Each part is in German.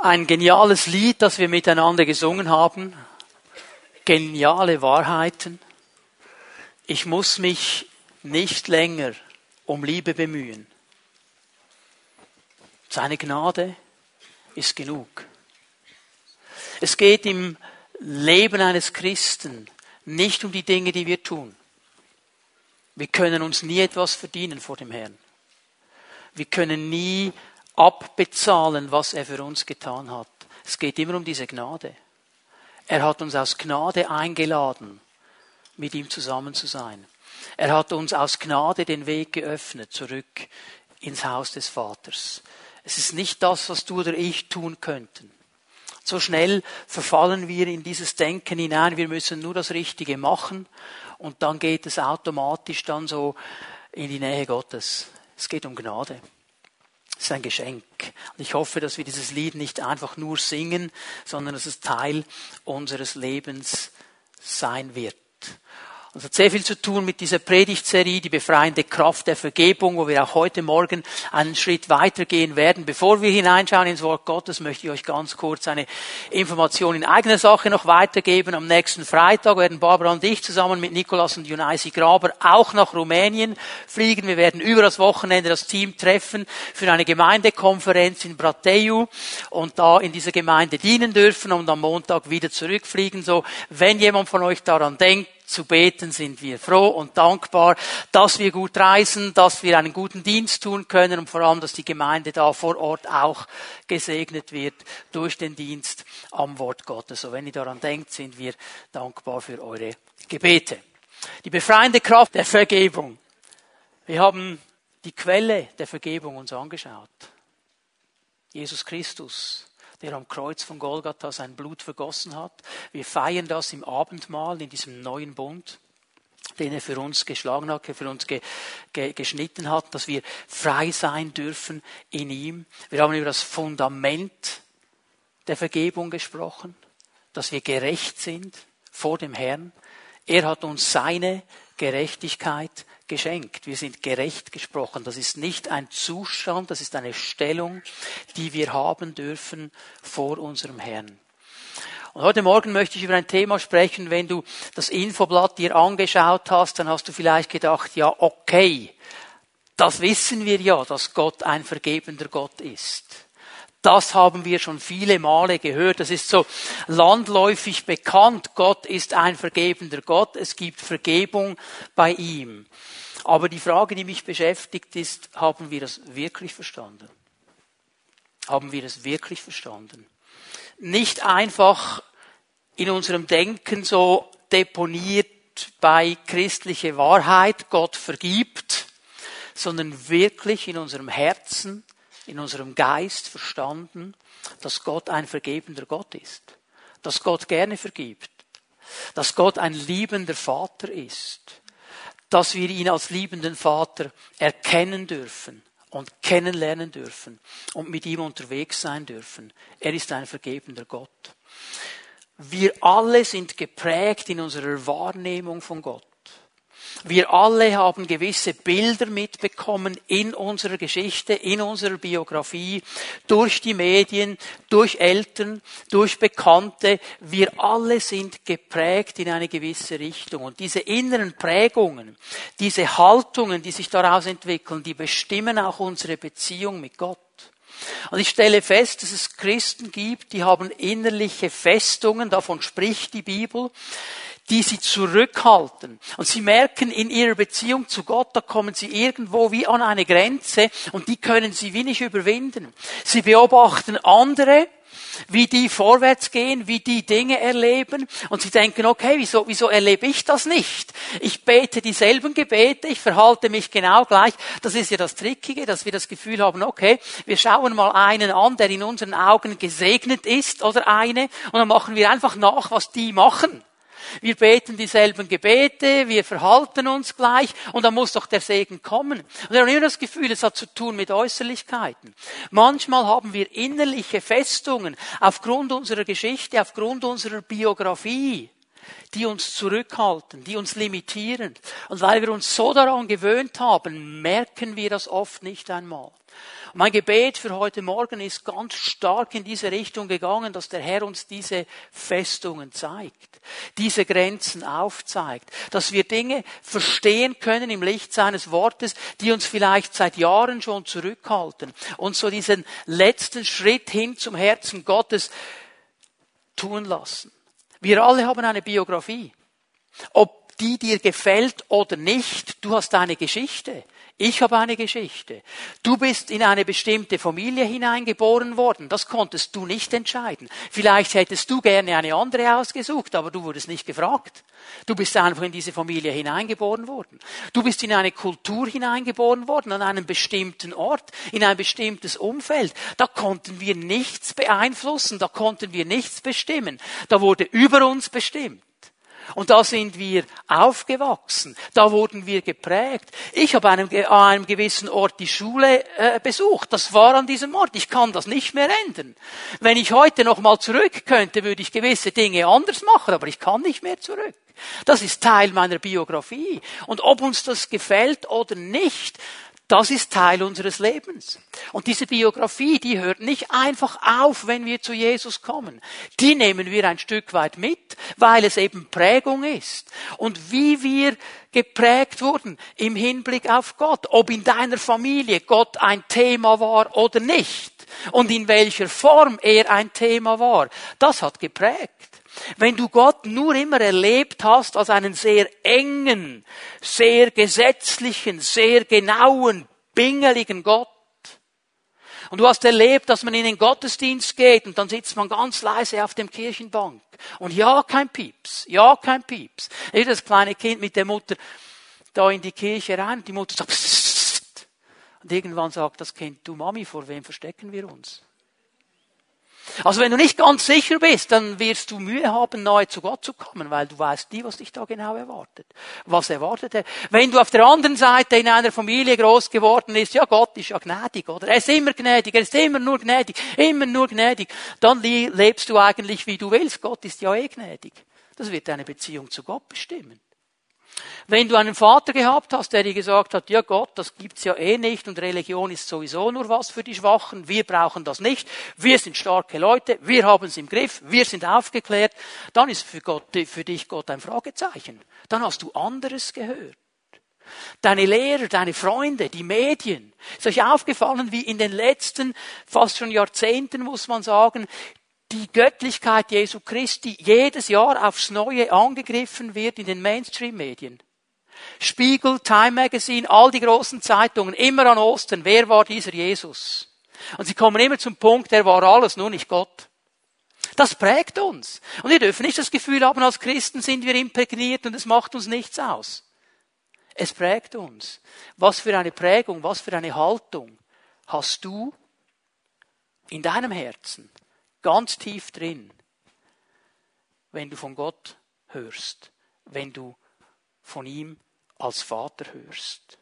Ein geniales Lied, das wir miteinander gesungen haben. Geniale Wahrheiten. Ich muss mich nicht länger um Liebe bemühen. Seine Gnade ist genug. Es geht im Leben eines Christen nicht um die Dinge, die wir tun. Wir können uns nie etwas verdienen vor dem Herrn. Wir können nie abbezahlen, was er für uns getan hat. Es geht immer um diese Gnade. Er hat uns aus Gnade eingeladen, mit ihm zusammen zu sein. Er hat uns aus Gnade den Weg geöffnet, zurück ins Haus des Vaters. Es ist nicht das, was du oder ich tun könnten. So schnell verfallen wir in dieses Denken hinein, wir müssen nur das Richtige machen und dann geht es automatisch dann so in die Nähe Gottes. Es geht um Gnade. Es ist ein Geschenk. Und ich hoffe, dass wir dieses Lied nicht einfach nur singen, sondern dass es Teil unseres Lebens sein wird. Und es hat sehr viel zu tun mit dieser Predigtserie, die befreiende Kraft der Vergebung, wo wir auch heute Morgen einen Schritt weitergehen werden. Bevor wir hineinschauen ins Wort Gottes, möchte ich euch ganz kurz eine Information in eigener Sache noch weitergeben. Am nächsten Freitag werden Barbara und ich zusammen mit Nikolaus und Junaisi Graber auch nach Rumänien fliegen. Wir werden über das Wochenende das Team treffen für eine Gemeindekonferenz in Brateiu und da in dieser Gemeinde dienen dürfen und am Montag wieder zurückfliegen. So, wenn jemand von euch daran denkt, zu beten, sind wir froh und dankbar, dass wir gut reisen, dass wir einen guten Dienst tun können und vor allem, dass die Gemeinde da vor Ort auch gesegnet wird durch den Dienst am Wort Gottes. So, wenn ihr daran denkt, sind wir dankbar für eure Gebete. Die befreiende Kraft der Vergebung. Wir haben die Quelle der Vergebung uns angeschaut. Jesus Christus, der am Kreuz von Golgatha sein Blut vergossen hat. Wir feiern das im Abendmahl, in diesem neuen Bund, den er für uns geschlagen hat, für uns geschnitten hat, dass wir frei sein dürfen in ihm. Wir haben über das Fundament der Vergebung gesprochen, dass wir gerecht sind vor dem Herrn. Er hat uns seine Gerechtigkeit geschenkt. Wir sind gerecht gesprochen. Das ist nicht ein Zustand, das ist eine Stellung, die wir haben dürfen vor unserem Herrn. Und heute Morgen möchte ich über ein Thema sprechen. Wenn du das Infoblatt dir angeschaut hast, dann hast du vielleicht gedacht, ja, okay, das wissen wir ja, dass Gott ein vergebender Gott ist. Das haben wir schon viele Male gehört. Das ist so landläufig bekannt. Gott ist ein vergebender Gott. Es gibt Vergebung bei ihm. Aber die Frage, die mich beschäftigt, ist, haben wir das wirklich verstanden? Haben wir das wirklich verstanden? Nicht einfach in unserem Denken so deponiert bei christlicher Wahrheit, Gott vergibt, sondern wirklich in unserem Herzen, in unserem Geist verstanden, dass Gott ein vergebender Gott ist, dass Gott gerne vergibt, dass Gott ein liebender Vater ist, dass wir ihn als liebenden Vater erkennen dürfen und kennenlernen dürfen und mit ihm unterwegs sein dürfen. Er ist ein vergebender Gott. Wir alle sind geprägt in unserer Wahrnehmung von Gott. Wir alle haben gewisse Bilder mitbekommen in unserer Geschichte, in unserer Biografie, durch die Medien, durch Eltern, durch Bekannte. Wir alle sind geprägt in eine gewisse Richtung. Und diese inneren Prägungen, diese Haltungen, die sich daraus entwickeln, die bestimmen auch unsere Beziehung mit Gott. Und ich stelle fest, dass es Christen gibt, die haben innerliche Festungen, davon spricht die Bibel, die sie zurückhalten. Und sie merken in ihrer Beziehung zu Gott, da kommen sie irgendwo wie an eine Grenze und die können sie wie nicht überwinden. Sie beobachten andere, wie die vorwärts gehen, wie die Dinge erleben und sie denken, okay, wieso erlebe ich das nicht? Ich bete dieselben Gebete, ich verhalte mich genau gleich. Das ist ja das Trickige, dass wir das Gefühl haben, okay, wir schauen mal einen an, der in unseren Augen gesegnet ist oder eine und dann machen wir einfach nach, was die machen. Wir beten dieselben Gebete, wir verhalten uns gleich und dann muss doch der Segen kommen. Und wir haben immer das Gefühl, es hat zu tun mit Äußerlichkeiten. Manchmal haben wir innerliche Festungen aufgrund unserer Geschichte, aufgrund unserer Biografie, die uns zurückhalten, die uns limitieren. Und weil wir uns so daran gewöhnt haben, merken wir das oft nicht einmal. Und mein Gebet für heute Morgen ist ganz stark in diese Richtung gegangen, dass der Herr uns diese Festungen zeigt, diese Grenzen aufzeigt, dass wir Dinge verstehen können im Licht seines Wortes, die uns vielleicht seit Jahren schon zurückhalten und so diesen letzten Schritt hin zum Herzen Gottes tun lassen. Wir alle haben eine Biografie. Ob die dir gefällt oder nicht, du hast eine Geschichte. Ich habe eine Geschichte. Du bist in eine bestimmte Familie hineingeboren worden. Das konntest du nicht entscheiden. Vielleicht hättest du gerne eine andere ausgesucht, aber du wurdest nicht gefragt. Du bist einfach in diese Familie hineingeboren worden. Du bist in eine Kultur hineingeboren worden, an einem bestimmten Ort, in ein bestimmtes Umfeld. Da konnten wir nichts beeinflussen, da konnten wir nichts bestimmen. Da wurde über uns bestimmt. Und da sind wir aufgewachsen, da wurden wir geprägt. Ich habe an einem gewissen Ort die Schule besucht, das war an diesem Ort, ich kann das nicht mehr ändern. Wenn ich heute noch mal zurück könnte, würde ich gewisse Dinge anders machen, aber ich kann nicht mehr zurück. Das ist Teil meiner Biografie. Und ob uns das gefällt oder nicht, das ist Teil unseres Lebens. Und diese Biografie, die hört nicht einfach auf, wenn wir zu Jesus kommen. Die nehmen wir ein Stück weit mit, weil es eben Prägung ist. Und wie wir geprägt wurden im Hinblick auf Gott, ob in deiner Familie Gott ein Thema war oder nicht und in welcher Form er ein Thema war, das hat geprägt. Wenn du Gott nur immer erlebt hast als einen sehr engen, sehr gesetzlichen, sehr genauen, bingeligen Gott, und du hast erlebt, dass man in den Gottesdienst geht und dann sitzt man ganz leise auf dem Kirchenbank und ja, kein Pieps, ja, kein Pieps. Das kleine Kind mit der Mutter da in die Kirche rein und die Mutter sagt, Psst. Und irgendwann sagt das Kind, du Mami, vor wem verstecken wir uns? Also wenn du nicht ganz sicher bist, dann wirst du Mühe haben, neu zu Gott zu kommen, weil du weißt nie, was dich da genau erwartet. Was erwartet er? Wenn du auf der anderen Seite in einer Familie groß geworden bist, ja Gott ist ja gnädig, oder? Er ist immer gnädig, er ist immer nur gnädig, dann lebst du eigentlich, wie du willst. Gott ist ja eh gnädig. Das wird deine Beziehung zu Gott bestimmen. Wenn du einen Vater gehabt hast, der dir gesagt hat, ja Gott, das gibt's ja eh nicht und Religion ist sowieso nur was für die Schwachen, wir brauchen das nicht, wir sind starke Leute, wir haben es im Griff, wir sind aufgeklärt, dann ist für dich Gott ein Fragezeichen. Dann hast du anderes gehört. Deine Lehrer, deine Freunde, die Medien. Ist euch aufgefallen, wie in den letzten fast schon Jahrzehnten, muss man sagen, die Göttlichkeit Jesu Christi jedes Jahr aufs Neue angegriffen wird in den Mainstream-Medien. Spiegel, Time Magazine, all die großen Zeitungen, immer an Ostern. Wer war dieser Jesus? Und sie kommen immer zum Punkt, er war alles, nur nicht Gott. Das prägt uns. Und wir dürfen nicht das Gefühl haben, als Christen sind wir imprägniert und es macht uns nichts aus. Es prägt uns. Was für eine Prägung, was für eine Haltung hast du in deinem Herzen? Ganz tief drin, wenn du von Gott hörst, wenn du von ihm als Vater hörst.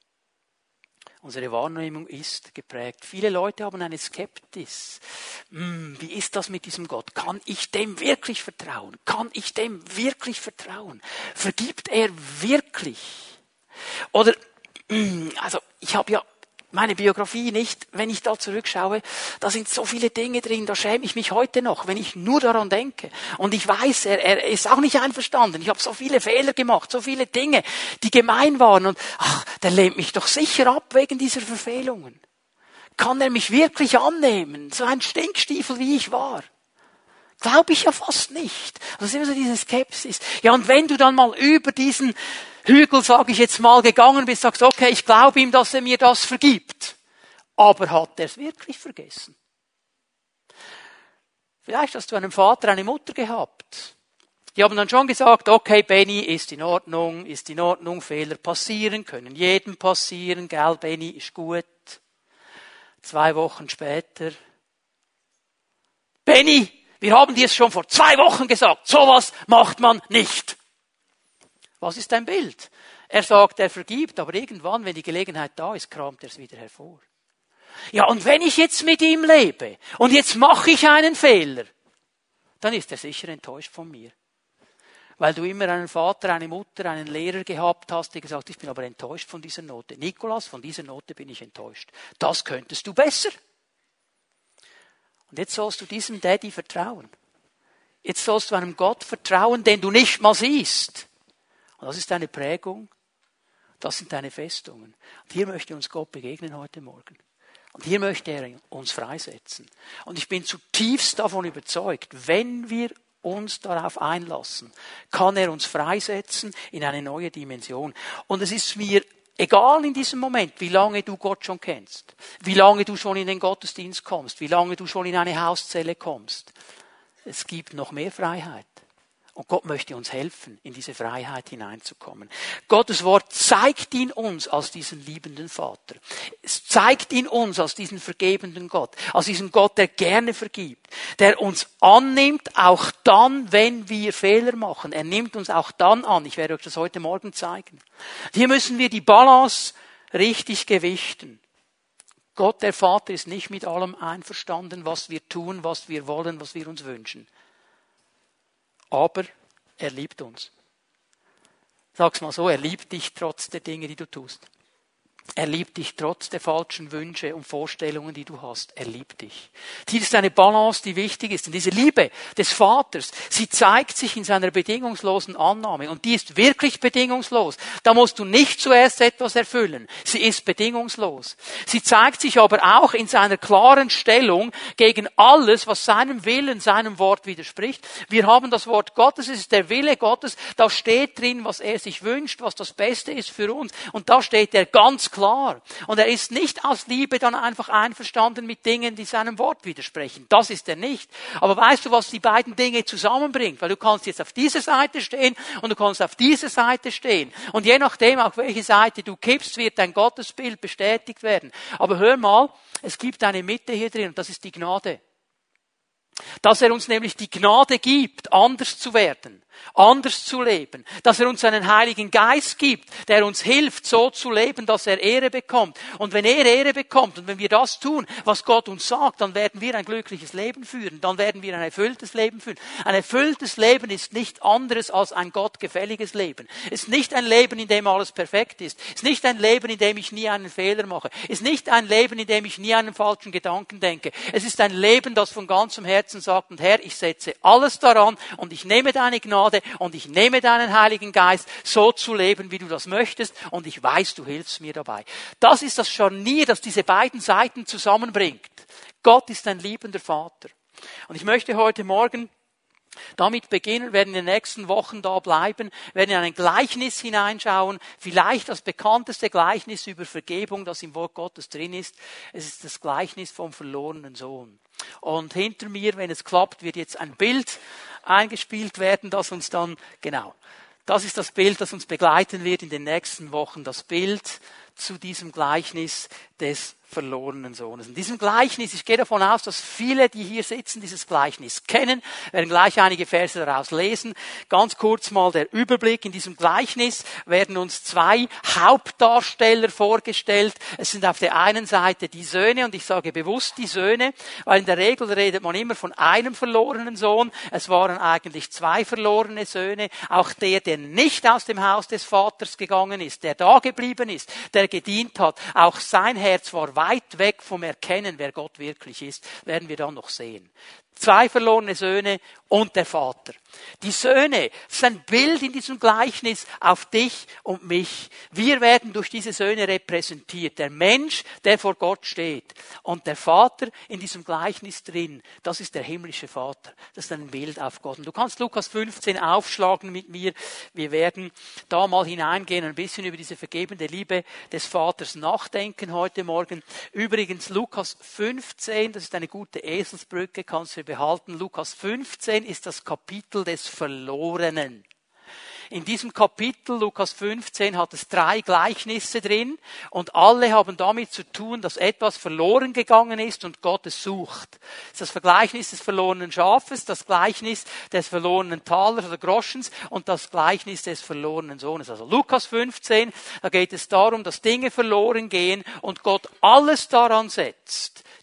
Unsere Wahrnehmung ist geprägt. Viele Leute haben eine Skepsis. Wie ist das mit diesem Gott? Kann ich dem wirklich vertrauen? Kann ich dem wirklich vertrauen? Vergibt er wirklich? Oder, also ich habe ja meine Biografie nicht, wenn ich da zurückschaue, da sind so viele Dinge drin, da schäme ich mich heute noch, wenn ich nur daran denke. Und ich weiß, er ist auch nicht einverstanden. Ich habe so viele Fehler gemacht, so viele Dinge, die gemein waren. Und der lehnt mich doch sicher ab wegen dieser Verfehlungen. Kann er mich wirklich annehmen? So ein Stinkstiefel, wie ich war. Glaube ich ja fast nicht. Das ist immer so diese Skepsis. Ja, und wenn du dann mal über diesen Hügel, sage ich jetzt mal, gegangen bist, sagst, okay, ich glaube ihm, dass er mir das vergibt. Aber hat er es wirklich vergessen? Vielleicht hast du einen Vater, eine Mutter gehabt. Die haben dann schon gesagt, okay, Benny, ist in Ordnung, Fehler passieren, können jedem passieren, gell, Benny, ist gut. 2 Wochen später, Benny, wir haben dir es schon vor 2 Wochen gesagt, sowas macht man nicht. Was ist dein Bild? Er sagt, er vergibt, aber irgendwann, wenn die Gelegenheit da ist, kramt er es wieder hervor. Ja, und wenn ich jetzt mit ihm lebe und jetzt mache ich einen Fehler, dann ist er sicher enttäuscht von mir. Weil du immer einen Vater, eine Mutter, einen Lehrer gehabt hast, der gesagt hat, ich bin aber enttäuscht von dieser Note. Nikolas, von dieser Note bin ich enttäuscht. Das könntest du besser. Und jetzt sollst du diesem Daddy vertrauen. Jetzt sollst du einem Gott vertrauen, den du nicht mal siehst. Und das ist deine Prägung. Das sind deine Festungen. Und hier möchte uns Gott begegnen heute Morgen. Und hier möchte er uns freisetzen. Und ich bin zutiefst davon überzeugt, wenn wir uns darauf einlassen, kann er uns freisetzen in eine neue Dimension. Und es ist mir egal in diesem Moment, wie lange du Gott schon kennst, wie lange du schon in den Gottesdienst kommst, wie lange du schon in eine Hauszelle kommst. Es gibt noch mehr Freiheit. Und Gott möchte uns helfen, in diese Freiheit hineinzukommen. Gottes Wort zeigt ihn uns als diesen liebenden Vater. Es zeigt ihn uns als diesen vergebenden Gott. Als diesen Gott, der gerne vergibt. Der uns annimmt, auch dann, wenn wir Fehler machen. Er nimmt uns auch dann an. Ich werde euch das heute Morgen zeigen. Hier müssen wir die Balance richtig gewichten. Gott, der Vater, ist nicht mit allem einverstanden, was wir tun, was wir wollen, was wir uns wünschen. Aber er liebt uns. Sag's mal so, er liebt dich trotz der Dinge, die du tust. Er liebt dich trotz der falschen Wünsche und Vorstellungen, die du hast. Er liebt dich. Hier ist eine Balance, die wichtig ist. Und diese Liebe des Vaters, sie zeigt sich in seiner bedingungslosen Annahme. Und die ist wirklich bedingungslos. Da musst du nicht zuerst etwas erfüllen. Sie ist bedingungslos. Sie zeigt sich aber auch in seiner klaren Stellung gegen alles, was seinem Willen, seinem Wort widerspricht. Wir haben das Wort Gottes, es ist der Wille Gottes. Da steht drin, was er sich wünscht, was das Beste ist für uns. Und da steht er ganz klar. Und er ist nicht aus Liebe dann einfach einverstanden mit Dingen, die seinem Wort widersprechen. Das ist er nicht. Aber weißt du, was die beiden Dinge zusammenbringt? Weil du kannst jetzt auf dieser Seite stehen und du kannst auf dieser Seite stehen. Und je nachdem, auf welche Seite du kippst, wird dein Gottesbild bestätigt werden. Aber hör mal, es gibt eine Mitte hier drin und das ist die Gnade. Dass er uns nämlich die Gnade gibt, anders zu werden, anders zu leben. Dass er uns einen Heiligen Geist gibt, der uns hilft, so zu leben, dass er Ehre bekommt. Und wenn er Ehre bekommt und wenn wir das tun, was Gott uns sagt, dann werden wir ein glückliches Leben führen. Dann werden wir ein erfülltes Leben führen. Ein erfülltes Leben ist nicht anderes als ein gottgefälliges Leben. Es ist nicht ein Leben, in dem alles perfekt ist. Es ist nicht ein Leben, in dem ich nie einen Fehler mache. Es ist nicht ein Leben, in dem ich nie einen falschen Gedanken denke. Es ist ein Leben, das von ganzem Herzen sagt, und Herr, ich setze alles daran und ich nehme deine Gnade und ich nehme deinen Heiligen Geist, so zu leben, wie du das möchtest, und ich weiß, du hilfst mir dabei. Das ist das Scharnier, das diese beiden Seiten zusammenbringt. Gott ist ein liebender Vater. Und ich möchte heute Morgen damit beginnen, werden in den nächsten Wochen da bleiben, werden in ein Gleichnis hineinschauen, vielleicht das bekannteste Gleichnis über Vergebung, das im Wort Gottes drin ist. Es ist das Gleichnis vom verlorenen Sohn. Und hinter mir, wenn es klappt, wird jetzt ein Bild eingespielt werden, das uns dann, das ist das Bild, das uns begleiten wird in den nächsten Wochen, das Bild zu diesem Gleichnis des verlorenen Sohnes. In diesem Gleichnis, ich gehe davon aus, dass viele, die hier sitzen, dieses Gleichnis kennen, werden gleich einige Verse daraus lesen. Ganz kurz mal der Überblick. In diesem Gleichnis werden uns zwei Hauptdarsteller vorgestellt. Es sind auf der einen Seite die Söhne, und ich sage bewusst die Söhne, weil in der Regel redet man immer von einem verlorenen Sohn. Es waren eigentlich zwei verlorene Söhne. Auch der nicht aus dem Haus des Vaters gegangen ist, der da geblieben ist, der gedient hat, auch sein Herz war weit weg vom Erkennen, wer Gott wirklich ist, werden wir dann noch sehen. Zwei verlorene Söhne und der Vater. Die Söhne, das ist ein Bild in diesem Gleichnis auf dich und mich. Wir werden durch diese Söhne repräsentiert. Der Mensch, der vor Gott steht. Und der Vater in diesem Gleichnis drin, das ist der himmlische Vater. Das ist ein Bild auf Gott. Und du kannst Lukas 15 aufschlagen mit mir. Wir werden da mal hineingehen, ein bisschen über diese vergebende Liebe des Vaters nachdenken heute Morgen. Übrigens Lukas 15, das ist eine gute Eselsbrücke, kannst du behalten. Lukas 15 ist das Kapitel des Verlorenen. In diesem Kapitel, Lukas 15, hat es 3 Gleichnisse drin und alle haben damit zu tun, dass etwas verloren gegangen ist und Gott es sucht. Das ist das Gleichnis des verlorenen Schafes, das Gleichnis des verlorenen Talers oder Groschens und das Gleichnis des verlorenen Sohnes. Also Lukas 15, da geht es darum, dass Dinge verloren gehen und Gott alles daran setzt,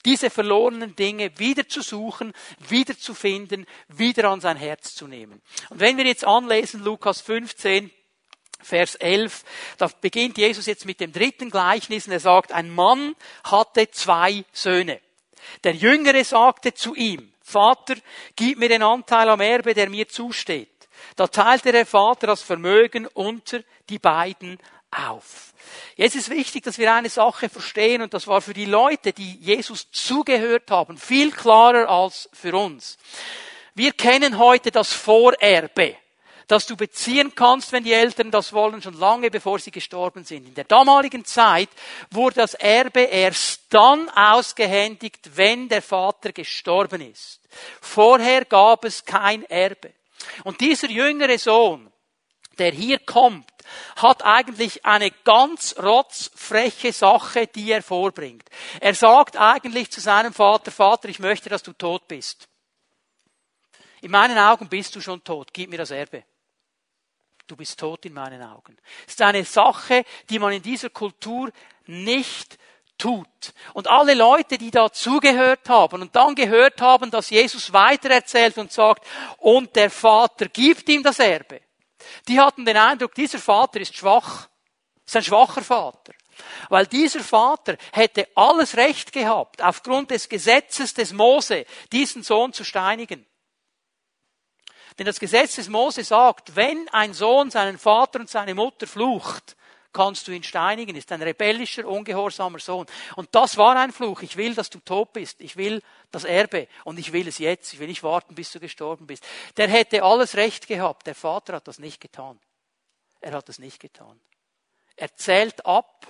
diese verlorenen Dinge wieder zu suchen, wieder zu finden, wieder an sein Herz zu nehmen. Und wenn wir jetzt anlesen, Lukas 15, Vers 11, da beginnt Jesus jetzt mit dem dritten Gleichnis und er sagt, ein Mann hatte 2 Söhne. Der Jüngere sagte zu ihm, Vater, gib mir den Anteil am Erbe, der mir zusteht. Da teilte der Vater das Vermögen unter die beiden auf. Jetzt ist wichtig, dass wir eine Sache verstehen, und das war für die Leute, die Jesus zugehört haben, viel klarer als für uns. Wir kennen heute das Vorerbe, das du beziehen kannst, wenn die Eltern das wollen, schon lange bevor sie gestorben sind. In der damaligen Zeit wurde das Erbe erst dann ausgehändigt, wenn der Vater gestorben ist. Vorher gab es kein Erbe. Und dieser jüngere Sohn, der hier kommt, hat eigentlich eine ganz rotzfreche Sache, die er vorbringt. Er sagt eigentlich zu seinem Vater, Vater, ich möchte, dass du tot bist. In meinen Augen bist du schon tot, gib mir das Erbe. Du bist tot in meinen Augen. Das ist eine Sache, die man in dieser Kultur nicht tut. Und alle Leute, die da zugehört haben und dann gehört haben, dass Jesus weitererzählt und sagt, und der Vater gibt ihm das Erbe, die hatten den Eindruck, dieser Vater ist schwach. Ist ein schwacher Vater. Weil dieser Vater hätte alles Recht gehabt, aufgrund des Gesetzes des Mose, diesen Sohn zu steinigen. Denn das Gesetz des Mose sagt, wenn ein Sohn seinen Vater und seine Mutter flucht, kannst du ihn steinigen. Ist ein rebellischer, ungehorsamer Sohn. Und das war ein Fluch. Ich will, dass du tot bist. Ich will das Erbe. Und ich will es jetzt. Ich will nicht warten, bis du gestorben bist. Der hätte alles Recht gehabt. Der Vater hat das nicht getan. Er hat das nicht getan. Er zählt ab,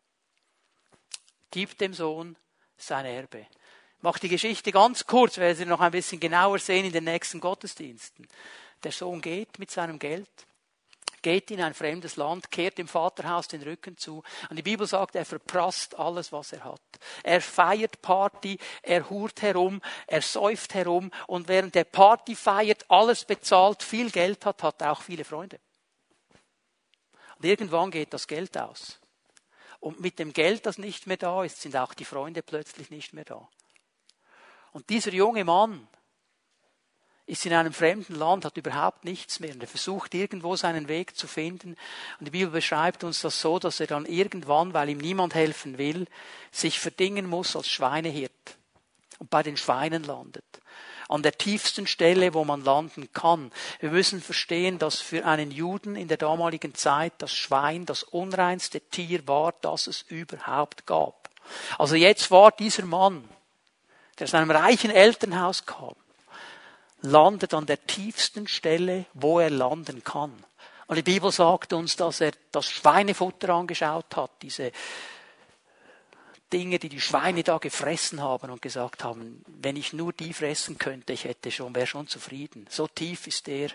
gibt dem Sohn sein Erbe. Ich mache die Geschichte ganz kurz, werden Sie noch ein bisschen genauer sehen in den nächsten Gottesdiensten. Der Sohn geht mit seinem Geld, geht in ein fremdes Land, kehrt dem Vaterhaus den Rücken zu. Und die Bibel sagt, er verprasst alles, was er hat. Er feiert Party, er hurt herum, er säuft herum und während der Party feiert, alles bezahlt, viel Geld hat, hat er auch viele Freunde. Und irgendwann geht das Geld aus. Und mit dem Geld, das nicht mehr da ist, sind auch die Freunde plötzlich nicht mehr da. Und dieser junge Mann ist in einem fremden Land, hat überhaupt nichts mehr. Und er versucht irgendwo seinen Weg zu finden. Und die Bibel beschreibt uns das so, dass er dann irgendwann, weil ihm niemand helfen will, sich verdingen muss als Schweinehirt. Und bei den Schweinen landet. An der tiefsten Stelle, wo man landen kann. Wir müssen verstehen, dass für einen Juden in der damaligen Zeit das Schwein das unreinste Tier war, das es überhaupt gab. Also jetzt war dieser Mann, der aus einem reichen Elternhaus kam, landet an der tiefsten Stelle, wo er landen kann. Und die Bibel sagt uns, dass er das Schweinefutter angeschaut hat, diese Dinge, die die Schweine da gefressen haben und gesagt haben, wenn ich nur die fressen könnte, wäre schon zufrieden. So tief ist er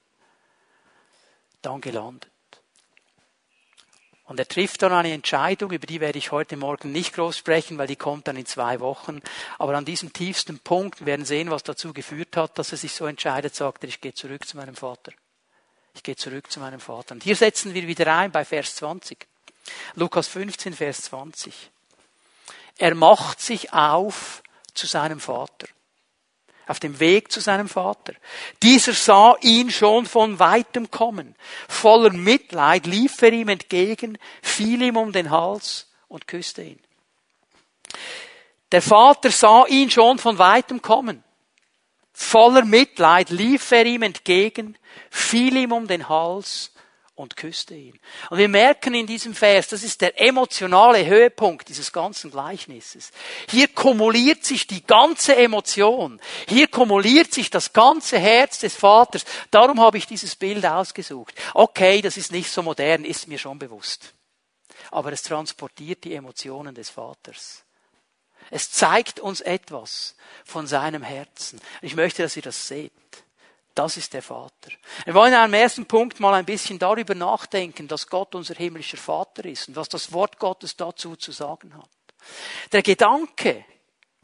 dann gelandet. Und er trifft dann eine Entscheidung, über die werde ich heute Morgen nicht groß sprechen, weil die kommt dann in 2 Wochen. Aber an diesem tiefsten Punkt, wir werden sehen, was dazu geführt hat, dass er sich so entscheidet, sagt er, ich gehe zurück zu meinem Vater. Ich gehe zurück zu meinem Vater. Und hier setzen wir wieder ein bei Vers 20. Lukas 15, Vers 20. Er macht sich auf zu seinem Vater. Auf dem Weg zu seinem Vater. Dieser sah ihn schon von weitem kommen. Voller Mitleid lief er ihm entgegen, fiel ihm um den Hals und küsste ihn. Der Vater sah ihn schon von weitem kommen. Voller Mitleid lief er ihm entgegen, fiel ihm um den Hals und küsste ihn. Und wir merken in diesem Vers, das ist der emotionale Höhepunkt dieses ganzen Gleichnisses. Hier kumuliert sich die ganze Emotion. Hier kumuliert sich das ganze Herz des Vaters. Darum habe ich dieses Bild ausgesucht. Okay, das ist nicht so modern, ist mir schon bewusst. Aber es transportiert die Emotionen des Vaters. Es zeigt uns etwas von seinem Herzen. Ich möchte, dass ihr das seht. Das ist der Vater. Wir wollen am ersten Punkt mal ein bisschen darüber nachdenken, dass Gott unser himmlischer Vater ist und was das Wort Gottes dazu zu sagen hat. Der Gedanke,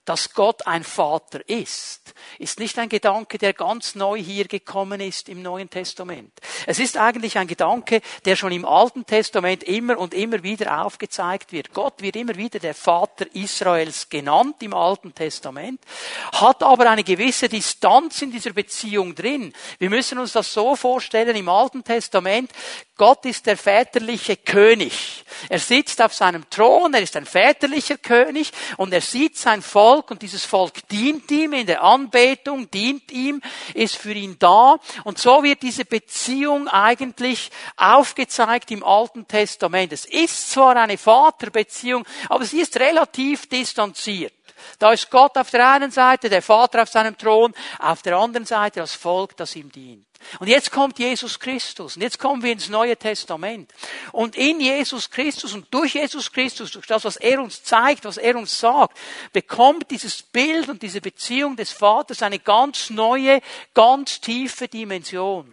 dass Gott ein Vater ist nicht ein Gedanke, der ganz neu hier gekommen ist im Neuen Testament. Es ist eigentlich ein Gedanke, der schon im Alten Testament immer und immer wieder aufgezeigt wird. Gott wird immer wieder der Vater Israels genannt im Alten Testament, hat aber eine gewisse Distanz in dieser Beziehung drin. Wir müssen uns das so vorstellen, im Alten Testament, Gott ist der väterliche König. Er sitzt auf seinem Thron, er ist ein väterlicher König und er sieht sein Volk und dieses Volk dient ihm in der Anbetung, dient ihm, ist für ihn da. Und so wird diese Beziehung eigentlich aufgezeigt im Alten Testament. Es ist zwar eine Vaterbeziehung, aber sie ist relativ distanziert. Da ist Gott auf der einen Seite, der Vater auf seinem Thron, auf der anderen Seite das Volk, das ihm dient. Und jetzt kommt Jesus Christus. Und jetzt kommen wir ins Neue Testament. Und in Jesus Christus und durch Jesus Christus, durch das, was er uns zeigt, was er uns sagt, bekommt dieses Bild und diese Beziehung des Vaters eine ganz neue, ganz tiefe Dimension.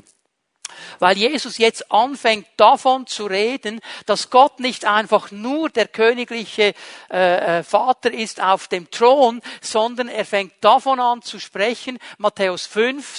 Weil Jesus jetzt anfängt davon zu reden, dass Gott nicht einfach nur der königliche Vater ist auf dem Thron, sondern er fängt davon an zu sprechen. Matthäus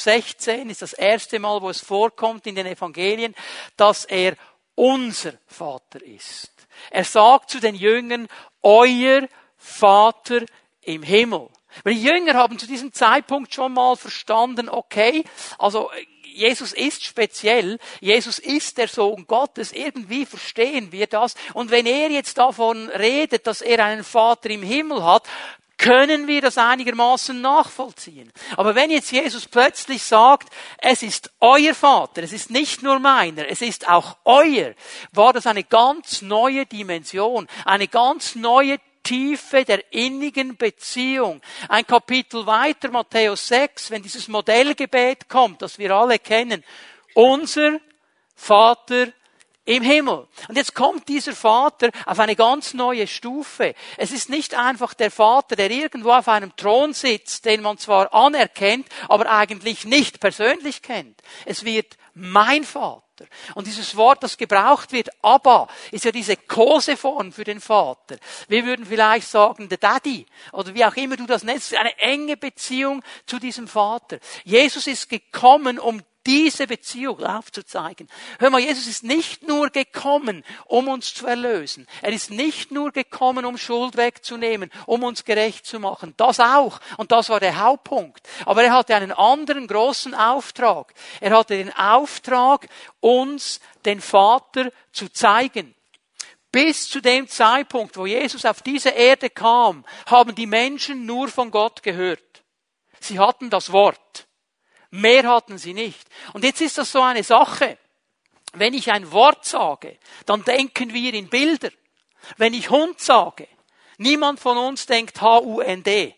5,16 ist das erste Mal, wo es vorkommt in den Evangelien, dass er unser Vater ist. Er sagt zu den Jüngern, euer Vater im Himmel. Weil die Jünger haben zu diesem Zeitpunkt schon mal verstanden, okay, also Jesus ist speziell, Jesus ist der Sohn Gottes, irgendwie verstehen wir das. Und wenn er jetzt davon redet, dass er einen Vater im Himmel hat, können wir das einigermaßen nachvollziehen. Aber wenn jetzt Jesus plötzlich sagt, es ist euer Vater, es ist nicht nur meiner, es ist auch euer, war das eine ganz neue Dimension, eine ganz neue Tiefe der innigen Beziehung. Ein Kapitel weiter, Matthäus 6, wenn dieses Modellgebet kommt, das wir alle kennen. Unser Vater im Himmel. Und jetzt kommt dieser Vater auf eine ganz neue Stufe. Es ist nicht einfach der Vater, der irgendwo auf einem Thron sitzt, den man zwar anerkennt, aber eigentlich nicht persönlich kennt. Es wird mein Vater. Und dieses Wort, das gebraucht wird, Abba, ist ja diese Koseform für den Vater. Wir würden vielleicht sagen, der Daddy, oder wie auch immer du das nennst, eine enge Beziehung zu diesem Vater. Jesus ist gekommen, um diese Beziehung aufzuzeigen. Hör mal, Jesus ist nicht nur gekommen, um uns zu erlösen. Er ist nicht nur gekommen, um Schuld wegzunehmen, um uns gerecht zu machen. Das auch. Und das war der Hauptpunkt. Aber er hatte einen anderen großen Auftrag. Er hatte den Auftrag, uns den Vater zu zeigen. Bis zu dem Zeitpunkt, wo Jesus auf diese Erde kam, haben die Menschen nur von Gott gehört. Sie hatten das Wort. Mehr hatten sie nicht. Und jetzt ist das so eine Sache. Wenn ich ein Wort sage, dann denken wir in Bilder. Wenn ich Hund sage, niemand von uns denkt H-U-N-D.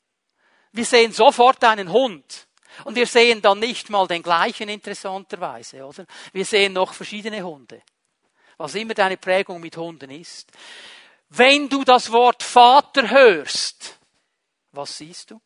Wir sehen sofort einen Hund. Und wir sehen dann nicht mal den gleichen interessanterweise, oder? Wir sehen noch verschiedene Hunde. Was immer deine Prägung mit Hunden ist. Wenn du das Wort Vater hörst, was siehst du?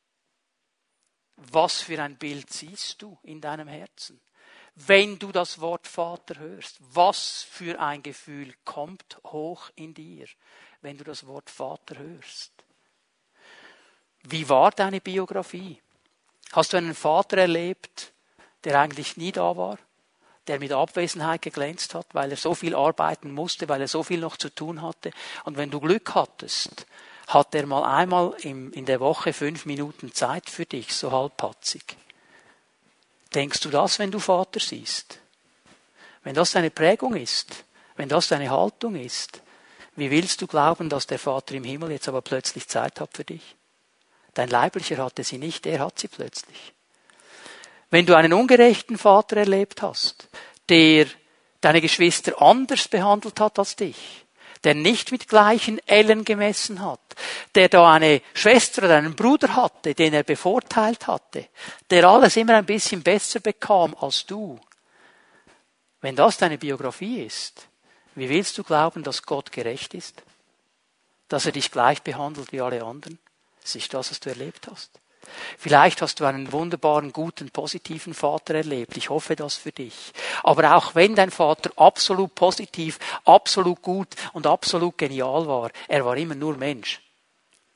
Was für ein Bild siehst du in deinem Herzen? Wenn du das Wort Vater hörst, was für ein Gefühl kommt hoch in dir, wenn du das Wort Vater hörst? Wie war deine Biografie? Hast du einen Vater erlebt, der eigentlich nie da war? Der mit Abwesenheit geglänzt hat, weil er so viel arbeiten musste, weil er so viel noch zu tun hatte? Und wenn du Glück hattest, hat er mal einmal in der Woche 5 Minuten Zeit für dich, so halbpatzig. Denkst du das, wenn du Vater siehst? Wenn das deine Prägung ist, wenn das deine Haltung ist, wie willst du glauben, dass der Vater im Himmel jetzt aber plötzlich Zeit hat für dich? Dein Leiblicher hatte sie nicht, er hat sie plötzlich. Wenn du einen ungerechten Vater erlebt hast, der deine Geschwister anders behandelt hat als dich, der nicht mit gleichen Ellen gemessen hat, der da eine Schwester oder einen Bruder hatte, den er bevorteilt hatte, der alles immer ein bisschen besser bekam als du. Wenn das deine Biografie ist, wie willst du glauben, dass Gott gerecht ist? Dass er dich gleich behandelt wie alle anderen? Das ist das, was du erlebt hast. Vielleicht hast du einen wunderbaren, guten, positiven Vater erlebt. Ich hoffe das für dich. Aber auch wenn dein Vater absolut positiv, absolut gut und absolut genial war, er war immer nur Mensch.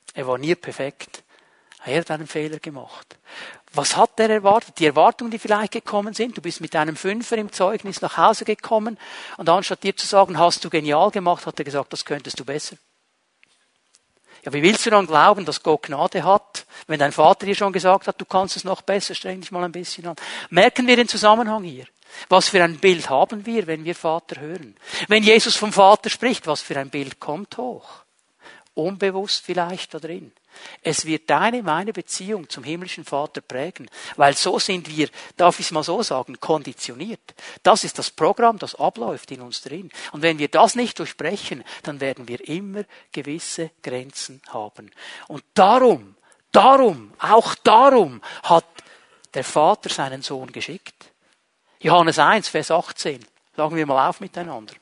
Er war nie perfekt. Er hat einen Fehler gemacht. Was hat er erwartet? Die Erwartungen, die vielleicht gekommen sind. Du bist mit einem Fünfer im Zeugnis nach Hause gekommen und anstatt dir zu sagen, hast du genial gemacht, hat er gesagt, das könntest du besser. Ja, wie willst du dann glauben, dass Gott Gnade hat, wenn dein Vater dir schon gesagt hat, du kannst es noch besser, streng dich mal ein bisschen an. Merken wir den Zusammenhang hier? Was für ein Bild haben wir, wenn wir Vater hören? Wenn Jesus vom Vater spricht, was für ein Bild kommt hoch? Unbewusst vielleicht da drin. Es wird deine, meine Beziehung zum himmlischen Vater prägen, weil so sind wir, darf ich es mal so sagen, konditioniert. Das ist das Programm, das abläuft in uns drin. Und wenn wir das nicht durchbrechen, dann werden wir immer gewisse Grenzen haben. Und darum hat der Vater seinen Sohn geschickt. Johannes 1, Vers 18. Sagen wir mal auf miteinander.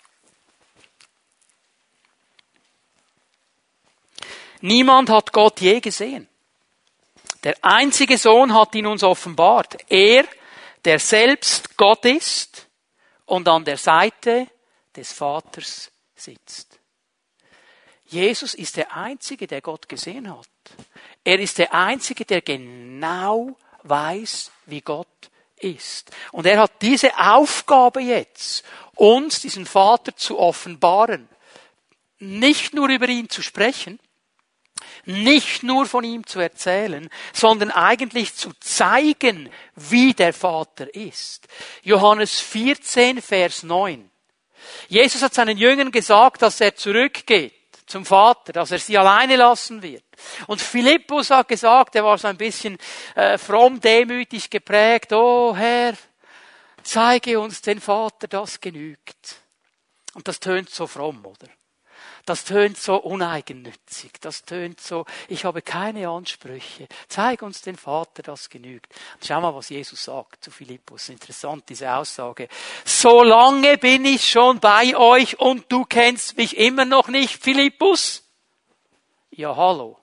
Niemand hat Gott je gesehen. Der einzige Sohn hat ihn uns offenbart. Er, der selbst Gott ist und an der Seite des Vaters sitzt. Jesus ist der Einzige, der Gott gesehen hat. Er ist der Einzige, der genau weiß, wie Gott ist. Und er hat diese Aufgabe jetzt, uns diesen Vater zu offenbaren. Nicht nur über ihn zu sprechen, nicht nur von ihm zu erzählen, sondern eigentlich zu zeigen, wie der Vater ist. Johannes 14, Vers 9. Jesus hat seinen Jüngern gesagt, dass er zurückgeht zum Vater, dass er sie alleine lassen wird. Und Philippus hat gesagt, er war so ein bisschen fromm, demütig geprägt. Oh Herr, zeige uns den Vater, das genügt. Und das tönt so fromm, oder? Das tönt so uneigennützig. Das tönt so, ich habe keine Ansprüche. Zeig uns den Vater, das genügt. Schau mal, was Jesus sagt zu Philippus. Interessant, diese Aussage. So lange bin ich schon bei euch und du kennst mich immer noch nicht, Philippus? Ja, hallo.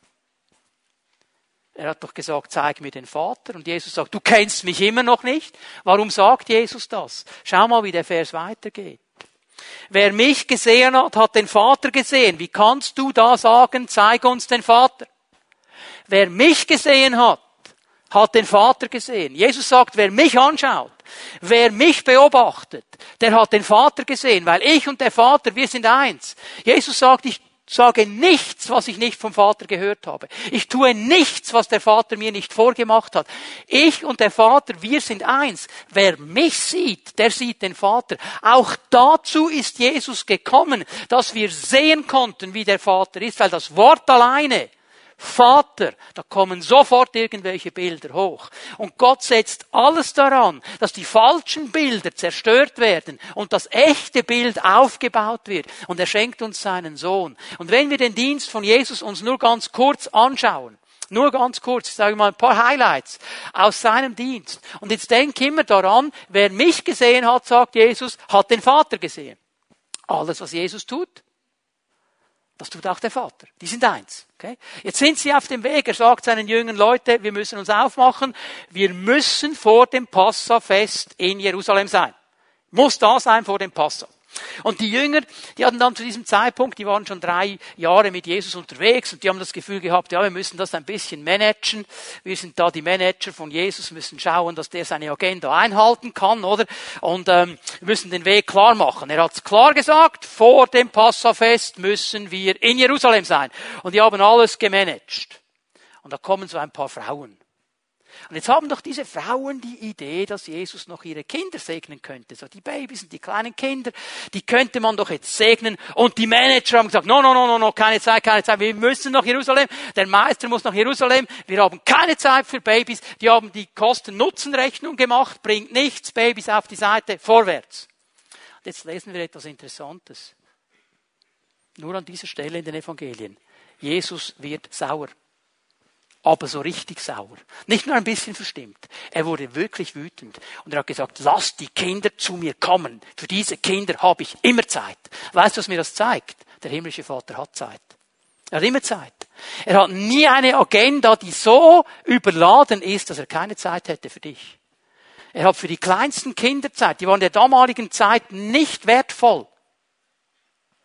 Er hat doch gesagt, zeig mir den Vater. Und Jesus sagt, du kennst mich immer noch nicht. Warum sagt Jesus das? Schau mal, wie der Vers weitergeht. Wer mich gesehen hat, hat den Vater gesehen. Wie kannst du da sagen, zeig uns den Vater? Wer mich gesehen hat, hat den Vater gesehen. Jesus sagt, wer mich anschaut, wer mich beobachtet, der hat den Vater gesehen, weil ich und der Vater, wir sind eins. Jesus sagt, ich sage nichts, was ich nicht vom Vater gehört habe. Ich tue nichts, was der Vater mir nicht vorgemacht hat. Ich und der Vater, wir sind eins. Wer mich sieht, der sieht den Vater. Auch dazu ist Jesus gekommen, dass wir sehen konnten, wie der Vater ist, weil das Wort alleine, Vater, da kommen sofort irgendwelche Bilder hoch. Und Gott setzt alles daran, dass die falschen Bilder zerstört werden und das echte Bild aufgebaut wird. Und er schenkt uns seinen Sohn. Und wenn wir den Dienst von Jesus uns nur ganz kurz anschauen, nur ganz kurz, ich sage mal ein paar Highlights aus seinem Dienst. Und jetzt denk immer daran, wer mich gesehen hat, sagt Jesus, hat den Vater gesehen. Alles, was Jesus tut, das tut auch der Vater. Die sind eins. Okay? Jetzt sind sie auf dem Weg. Er sagt seinen Jüngern, Leute, wir müssen uns aufmachen. Wir müssen vor dem Passafest in Jerusalem sein. Muss da sein vor dem Passa. Und die Jünger, die hatten dann zu diesem Zeitpunkt, die waren schon 3 Jahre mit Jesus unterwegs und die haben das Gefühl gehabt, ja, wir müssen das ein bisschen managen. Wir sind da die Manager von Jesus, müssen schauen, dass der seine Agenda einhalten kann, oder? Und wir müssen den Weg klar machen. Er hat es klar gesagt, vor dem Passafest müssen wir in Jerusalem sein. Und die haben alles gemanagt. Und da kommen so ein paar Frauen. Und jetzt haben doch diese Frauen die Idee, dass Jesus noch ihre Kinder segnen könnte. So die Babys und die kleinen Kinder, die könnte man doch jetzt segnen. Und die Manager haben gesagt, no, keine Zeit. Wir müssen nach Jerusalem. Der Meister muss nach Jerusalem. Wir haben keine Zeit für Babys. Die haben die Kosten-Nutzen-Rechnung gemacht. Bringt nichts. Babys auf die Seite. Vorwärts. Und jetzt lesen wir etwas Interessantes. Nur an dieser Stelle in den Evangelien. Jesus wird sauer. Aber so richtig sauer. Nicht nur ein bisschen verstimmt. Er wurde wirklich wütend. Und er hat gesagt, lasst die Kinder zu mir kommen. Für diese Kinder habe ich immer Zeit. Weißt du, was mir das zeigt? Der himmlische Vater hat Zeit. Er hat immer Zeit. Er hat nie eine Agenda, die so überladen ist, dass er keine Zeit hätte für dich. Er hat für die kleinsten Kinder Zeit. Die waren in der damaligen Zeit nicht wertvoll.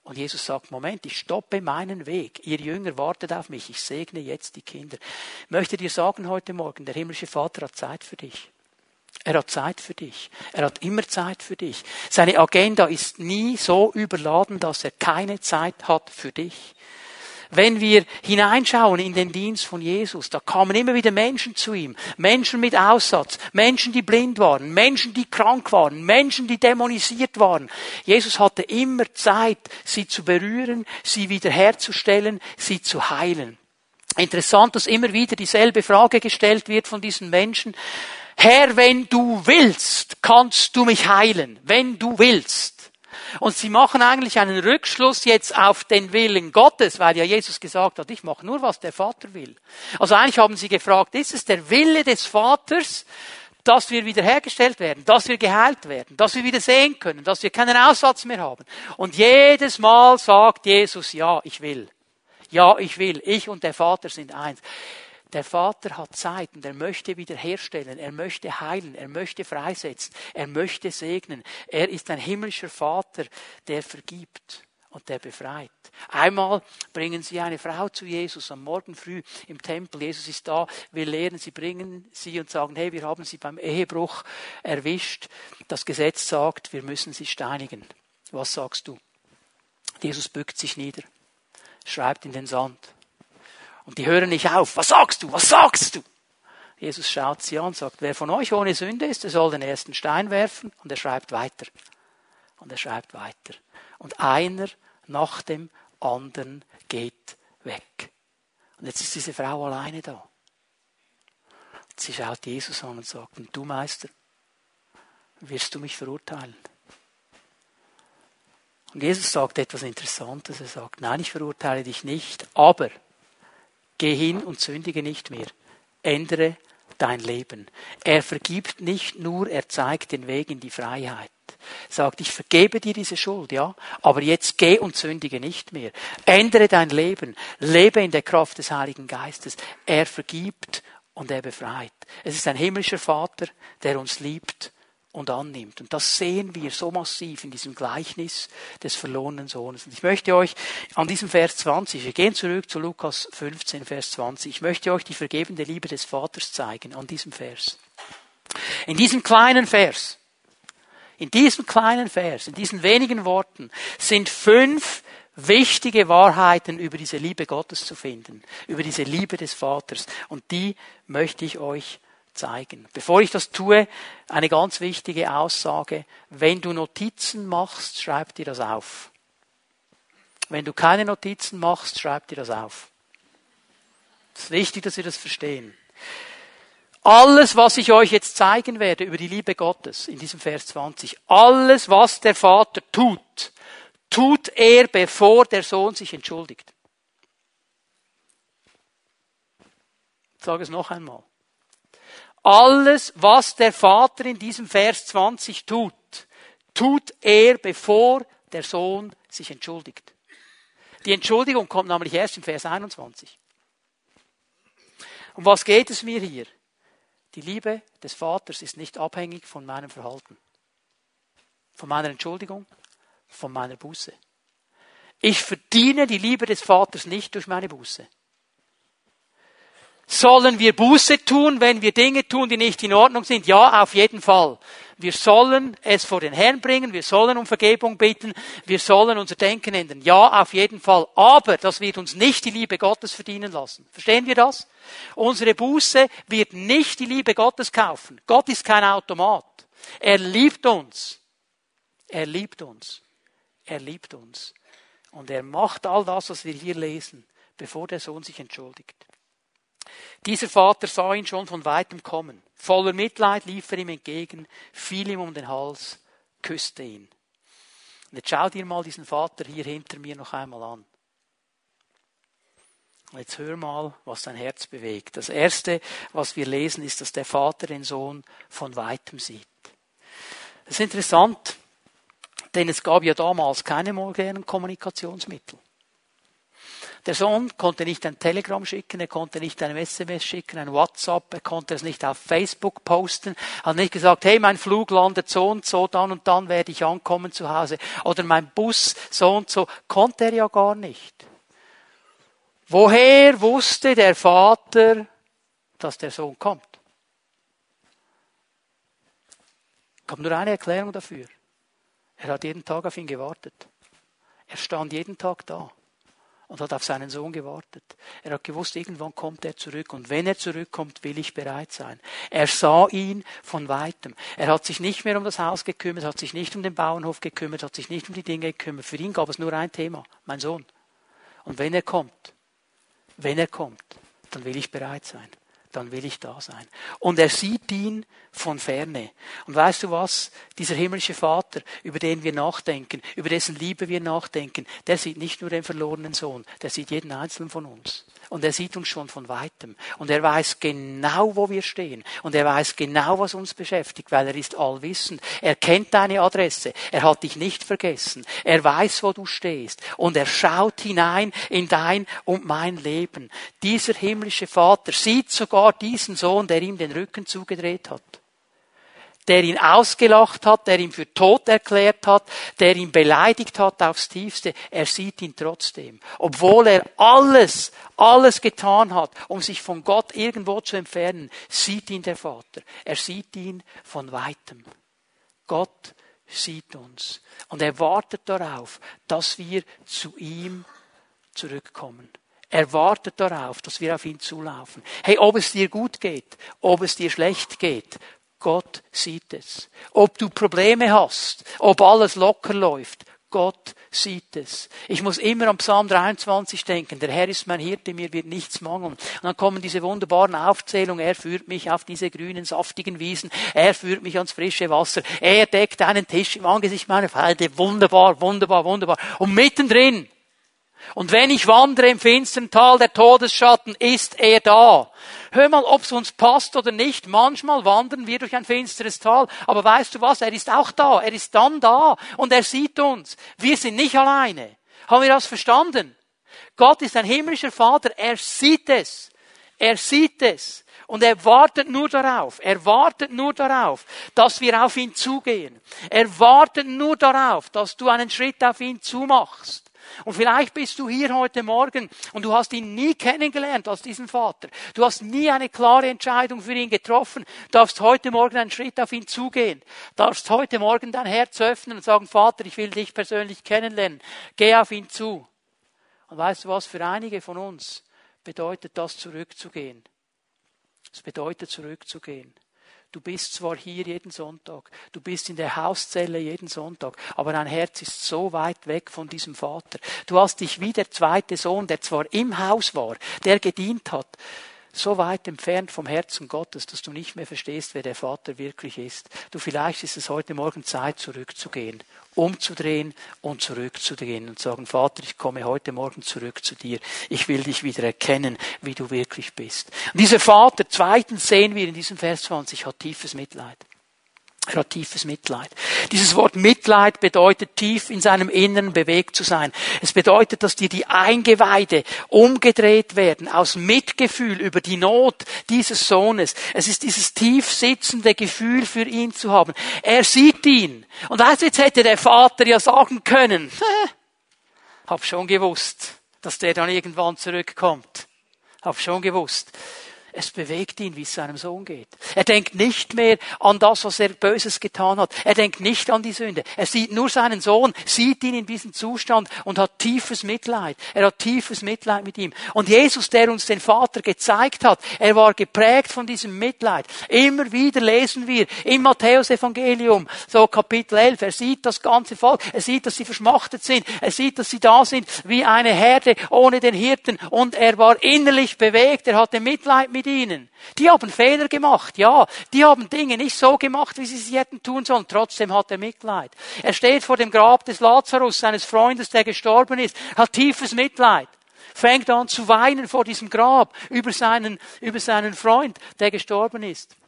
Und Jesus sagt, Moment, ich stoppe meinen Weg. Ihr Jünger wartet auf mich. Ich segne jetzt die Kinder. Ich möchte dir sagen heute Morgen, der himmlische Vater hat Zeit für dich. Er hat Zeit für dich. Er hat immer Zeit für dich. Seine Agenda ist nie so überladen, dass er keine Zeit hat für dich. Wenn wir hineinschauen in den Dienst von Jesus, da kamen immer wieder Menschen zu ihm. Menschen mit Aussatz, Menschen, die blind waren, Menschen, die krank waren, Menschen, die dämonisiert waren. Jesus hatte immer Zeit, sie zu berühren, sie wiederherzustellen, sie zu heilen. Interessant, dass immer wieder dieselbe Frage gestellt wird von diesen Menschen. Herr, wenn du willst, kannst du mich heilen. Wenn du willst. Und sie machen eigentlich einen Rückschluss jetzt auf den Willen Gottes, weil ja Jesus gesagt hat, ich mache nur, was der Vater will. Also eigentlich haben sie gefragt, ist es der Wille des Vaters, dass wir wiederhergestellt werden, dass wir geheilt werden, dass wir wieder sehen können, dass wir keinen Aussatz mehr haben. Und jedes Mal sagt Jesus, ja, ich will. Ja, ich will. Ich und der Vater sind eins. Der Vater hat Zeit und er möchte wiederherstellen, er möchte heilen, er möchte freisetzen, er möchte segnen. Er ist ein himmlischer Vater, der vergibt und der befreit. Einmal bringen sie eine Frau zu Jesus am Morgen früh im Tempel. Jesus ist da, wir lehren, sie bringen sie und sagen, hey, wir haben sie beim Ehebruch erwischt. Das Gesetz sagt, wir müssen sie steinigen. Was sagst du? Jesus bückt sich nieder, schreibt in den Sand. Und die hören nicht auf. Was sagst du? Was sagst du? Jesus schaut sie an und sagt, wer von euch ohne Sünde ist, der soll den ersten Stein werfen. Und er schreibt weiter. Und er schreibt weiter. Und einer nach dem anderen geht weg. Und jetzt ist diese Frau alleine da. Und sie schaut Jesus an und sagt, und du, Meister, wirst du mich verurteilen? Und Jesus sagt etwas Interessantes. Er sagt, nein, ich verurteile dich nicht, aber geh hin und sündige nicht mehr. Ändere dein Leben. Er vergibt nicht nur, er zeigt den Weg in die Freiheit. Er sagt, ich vergebe dir diese Schuld, ja, aber jetzt geh und sündige nicht mehr. Ändere dein Leben. Lebe in der Kraft des Heiligen Geistes. Er vergibt und er befreit. Es ist ein himmlischer Vater, der uns liebt und annimmt. Und das sehen wir so massiv in diesem Gleichnis des verlorenen Sohnes. Und ich möchte euch an diesem Vers 20, wir gehen zurück zu Lukas 15, Vers 20, ich möchte euch die vergebende Liebe des Vaters zeigen, an diesem Vers. In diesem kleinen Vers, in diesen wenigen Worten sind 5 wichtige Wahrheiten über diese Liebe Gottes zu finden, über diese Liebe des Vaters. Und die möchte ich euch zeigen. Bevor ich das tue, eine ganz wichtige Aussage. Wenn du Notizen machst, schreib dir das auf. Wenn du keine Notizen machst, schreib dir das auf. Es ist wichtig, dass wir das verstehen. Alles, was ich euch jetzt zeigen werde über die Liebe Gottes in diesem Vers 20, alles, was der Vater tut, tut er, bevor der Sohn sich entschuldigt. Ich sage es noch einmal. Alles, was der Vater in diesem Vers 20 tut, tut er, bevor der Sohn sich entschuldigt. Die Entschuldigung kommt nämlich erst im Vers 21. Um was geht es mir hier? Die Liebe des Vaters ist nicht abhängig von meinem Verhalten, von meiner Entschuldigung, von meiner Buße. Ich verdiene die Liebe des Vaters nicht durch meine Buße. Sollen wir Buße tun, wenn wir Dinge tun, die nicht in Ordnung sind? Ja, auf jeden Fall. Wir sollen es vor den Herrn bringen, wir sollen um Vergebung bitten, wir sollen unser Denken ändern. Ja, auf jeden Fall. Aber das wird uns nicht die Liebe Gottes verdienen lassen. Verstehen wir das? Unsere Buße wird nicht die Liebe Gottes kaufen. Gott ist kein Automat. Er liebt uns. Er liebt uns. Er liebt uns. Und er macht all das, was wir hier lesen, bevor der Sohn sich entschuldigt. Dieser Vater sah ihn schon von weitem kommen. Voller Mitleid lief er ihm entgegen, fiel ihm um den Hals, küsste ihn. Und jetzt schau dir mal diesen Vater hier hinter mir noch einmal an. Und jetzt hör mal, was sein Herz bewegt. Das Erste, was wir lesen, ist, dass der Vater den Sohn von weitem sieht. Das ist interessant, denn es gab ja damals keine modernen Kommunikationsmittel. Der Sohn konnte nicht ein Telegramm schicken, er konnte nicht ein SMS schicken, ein WhatsApp, er konnte es nicht auf Facebook posten, hat nicht gesagt, hey, mein Flug landet so und so, dann und dann werde ich ankommen zu Hause. Oder mein Bus so und so. Konnte er ja gar nicht. Woher wusste der Vater, dass der Sohn kommt? Ich habe nur eine Erklärung dafür. Er hat jeden Tag auf ihn gewartet. Er stand jeden Tag da und hat auf seinen Sohn gewartet. Er hat gewusst, irgendwann kommt er zurück. Und wenn er zurückkommt, will ich bereit sein. Er sah ihn von Weitem. Er hat sich nicht mehr um das Haus gekümmert, hat sich nicht um den Bauernhof gekümmert, hat sich nicht um die Dinge gekümmert. Für ihn gab es nur ein Thema, mein Sohn. Und wenn er kommt, dann will ich bereit sein. Dann will ich da sein. Und er sieht ihn von ferne. Und weißt du was? Dieser himmlische Vater, über den wir nachdenken, über dessen Liebe wir nachdenken, der sieht nicht nur den verlorenen Sohn, der sieht jeden einzelnen von uns. Und er sieht uns schon von Weitem. Und er weiß genau, wo wir stehen. Und er weiß genau, was uns beschäftigt, weil er ist allwissend. Er kennt deine Adresse. Er hat dich nicht vergessen. Er weiß, wo du stehst. Und er schaut hinein in dein und mein Leben. Dieser himmlische Vater sieht sogar diesen Sohn, der ihm den Rücken zugedreht hat. Der ihn ausgelacht hat, der ihn für tot erklärt hat, der ihn beleidigt hat aufs Tiefste. Er sieht ihn trotzdem. Obwohl er alles getan hat, um sich von Gott irgendwo zu entfernen, sieht ihn der Vater. Er sieht ihn von Weitem. Gott sieht uns. Und er wartet darauf, dass wir zu ihm zurückkommen. Er wartet darauf, dass wir auf ihn zulaufen. Hey, ob es dir gut geht, ob es dir schlecht geht, Gott sieht es. Ob du Probleme hast, ob alles locker läuft, Gott sieht es. Ich muss immer an Psalm 23 denken. Der Herr ist mein Hirte, mir wird nichts mangeln. Und dann kommen diese wunderbaren Aufzählungen. Er führt mich auf diese grünen, saftigen Wiesen. Er führt mich ans frische Wasser. Er deckt einen Tisch im Angesicht meiner Feinde. Wunderbar, wunderbar, wunderbar. Und mittendrin, und wenn ich wandere im finsteren Tal der Todesschatten, ist er da. Hör mal, ob es uns passt oder nicht. Manchmal wandern wir durch ein finsteres Tal. Aber weißt du was? Er ist auch da. Er ist dann da. Und er sieht uns. Wir sind nicht alleine. Haben wir das verstanden? Gott ist ein himmlischer Vater. Er sieht es. Er sieht es. Und er wartet nur darauf, dass wir auf ihn zugehen. Er wartet nur darauf, dass du einen Schritt auf ihn zumachst. Und vielleicht bist du hier heute Morgen und du hast ihn nie kennengelernt als diesen Vater. Du hast nie eine klare Entscheidung für ihn getroffen. Du darfst heute Morgen einen Schritt auf ihn zugehen. Du darfst heute Morgen dein Herz öffnen und sagen, Vater, ich will dich persönlich kennenlernen. Geh auf ihn zu. Und weißt du was, für einige von uns bedeutet das zurückzugehen. Es bedeutet zurückzugehen. Du bist zwar hier jeden Sonntag, du bist in der Hauszelle jeden Sonntag, aber dein Herz ist so weit weg von diesem Vater. Du hast dich wie der zweite Sohn, der zwar im Haus war, der gedient hat, so weit entfernt vom Herzen Gottes, dass du nicht mehr verstehst, wer der Vater wirklich ist. Du, vielleicht ist es heute Morgen Zeit, zurückzugehen, umzudrehen und zurückzugehen und sagen, Vater, ich komme heute Morgen zurück zu dir. Ich will dich wieder erkennen, wie du wirklich bist. Und dieser Vater, zweitens sehen wir in diesem Vers 20, hat tiefes Mitleid. Er hat tiefes Mitleid. Dieses Wort Mitleid bedeutet, tief in seinem Inneren bewegt zu sein. Es bedeutet, dass dir die Eingeweide umgedreht werden aus Mitgefühl über die Not dieses Sohnes. Es ist dieses tief sitzende Gefühl für ihn zu haben. Er sieht ihn. Und weißt du, jetzt hätte der Vater ja sagen können, hab schon gewusst, dass der dann irgendwann zurückkommt. Hab schon gewusst. Es bewegt ihn, wie es seinem Sohn geht. Er denkt nicht mehr an das, was er Böses getan hat. Er denkt nicht an die Sünde. Er sieht nur seinen Sohn, sieht ihn in diesem Zustand und hat tiefes Mitleid. Er hat tiefes Mitleid mit ihm. Und Jesus, der uns den Vater gezeigt hat, er war geprägt von diesem Mitleid. Immer wieder lesen wir im Matthäus-Evangelium, so Kapitel 11, er sieht das ganze Volk, er sieht, dass sie verschmachtet sind, er sieht, dass sie da sind wie eine Herde ohne den Hirten. Und er war innerlich bewegt, er hatte Mitleid mit ihnen. Die haben Fehler gemacht, ja. Die haben Dinge nicht so gemacht, wie sie sie hätten tun sollen. Trotzdem hat er Mitleid. Er steht vor dem Grab des Lazarus, seines Freundes, der gestorben ist, hat tiefes Mitleid. Fängt an zu weinen vor diesem Grab über seinen Freund, der gestorben ist.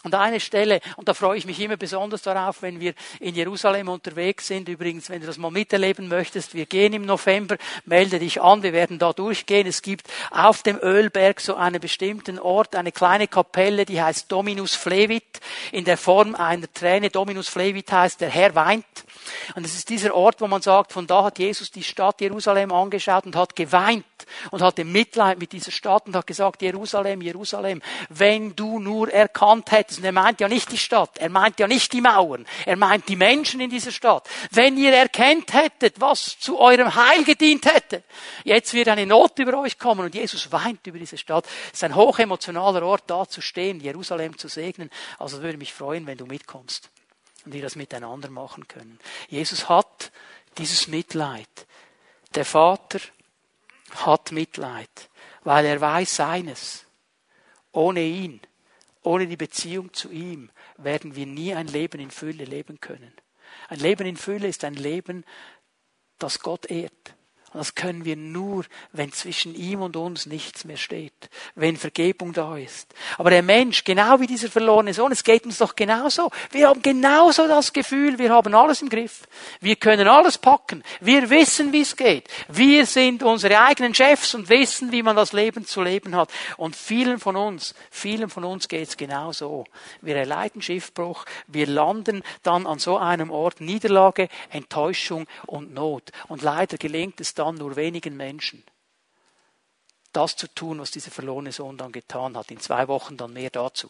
Und eine Stelle, und da freue ich mich immer besonders darauf, wenn wir in Jerusalem unterwegs sind. Übrigens, wenn du das mal miterleben möchtest, wir gehen im November, melde dich an, wir werden da durchgehen. Es gibt auf dem Ölberg so einen bestimmten Ort, eine kleine Kapelle, die heißt Dominus Flevit, in der Form einer Träne. Dominus Flevit heißt, der Herr weint. Und es ist dieser Ort, wo man sagt, von da hat Jesus die Stadt Jerusalem angeschaut und hat geweint und hatte Mitleid mit dieser Stadt und hat gesagt, Jerusalem, Jerusalem, wenn du nur erkannt hättest, und er meint ja nicht die Stadt, er meint ja nicht die Mauern, er meint die Menschen in dieser Stadt, wenn ihr erkannt hättet, was zu eurem Heil gedient hätte, jetzt wird eine Not über euch kommen und Jesus weint über diese Stadt. Es ist ein hochemotionaler Ort, da zu stehen, Jerusalem zu segnen. Also würde mich freuen, wenn du mitkommst und wir das miteinander machen können. Jesus hat dieses Mitleid. Der Vater hat Mitleid, weil er weiß eines. Ohne ihn, ohne die Beziehung zu ihm, werden wir nie ein Leben in Fülle leben können. Ein Leben in Fülle ist ein Leben, das Gott ehrt. Und das können wir nur, wenn zwischen ihm und uns nichts mehr steht, wenn Vergebung da ist. Aber der Mensch, genau wie dieser verlorene Sohn, es geht uns doch genauso. Wir haben genauso das Gefühl, wir haben alles im Griff. Wir können alles packen. Wir wissen, wie es geht. Wir sind unsere eigenen Chefs und wissen, wie man das Leben zu leben hat. Und vielen von uns geht es genauso. Wir erleiden Schiffbruch. Wir landen dann an so einem Ort Niederlage, Enttäuschung und Not. Und leider gelingt es dann nur wenigen Menschen, das zu tun, was dieser verlorene Sohn dann getan hat. In 2 Wochen dann mehr dazu.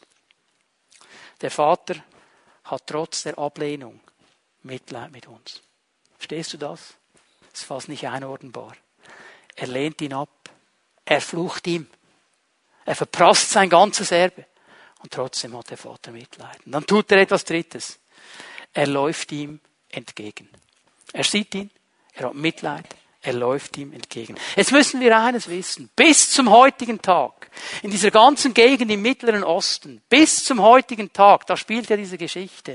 Der Vater hat trotz der Ablehnung Mitleid mit uns. Verstehst du das? Das ist fast nicht einordnbar. Er lehnt ihn ab. Er flucht ihm. Er verprasst sein ganzes Erbe. Und trotzdem hat der Vater Mitleid. Und dann tut er etwas Drittes. Er läuft ihm entgegen. Er sieht ihn. Er hat Mitleid. Er läuft ihm entgegen. Jetzt müssen wir eines wissen. Bis zum heutigen Tag, in dieser ganzen Gegend im Mittleren Osten, bis zum heutigen Tag, da spielt ja diese Geschichte,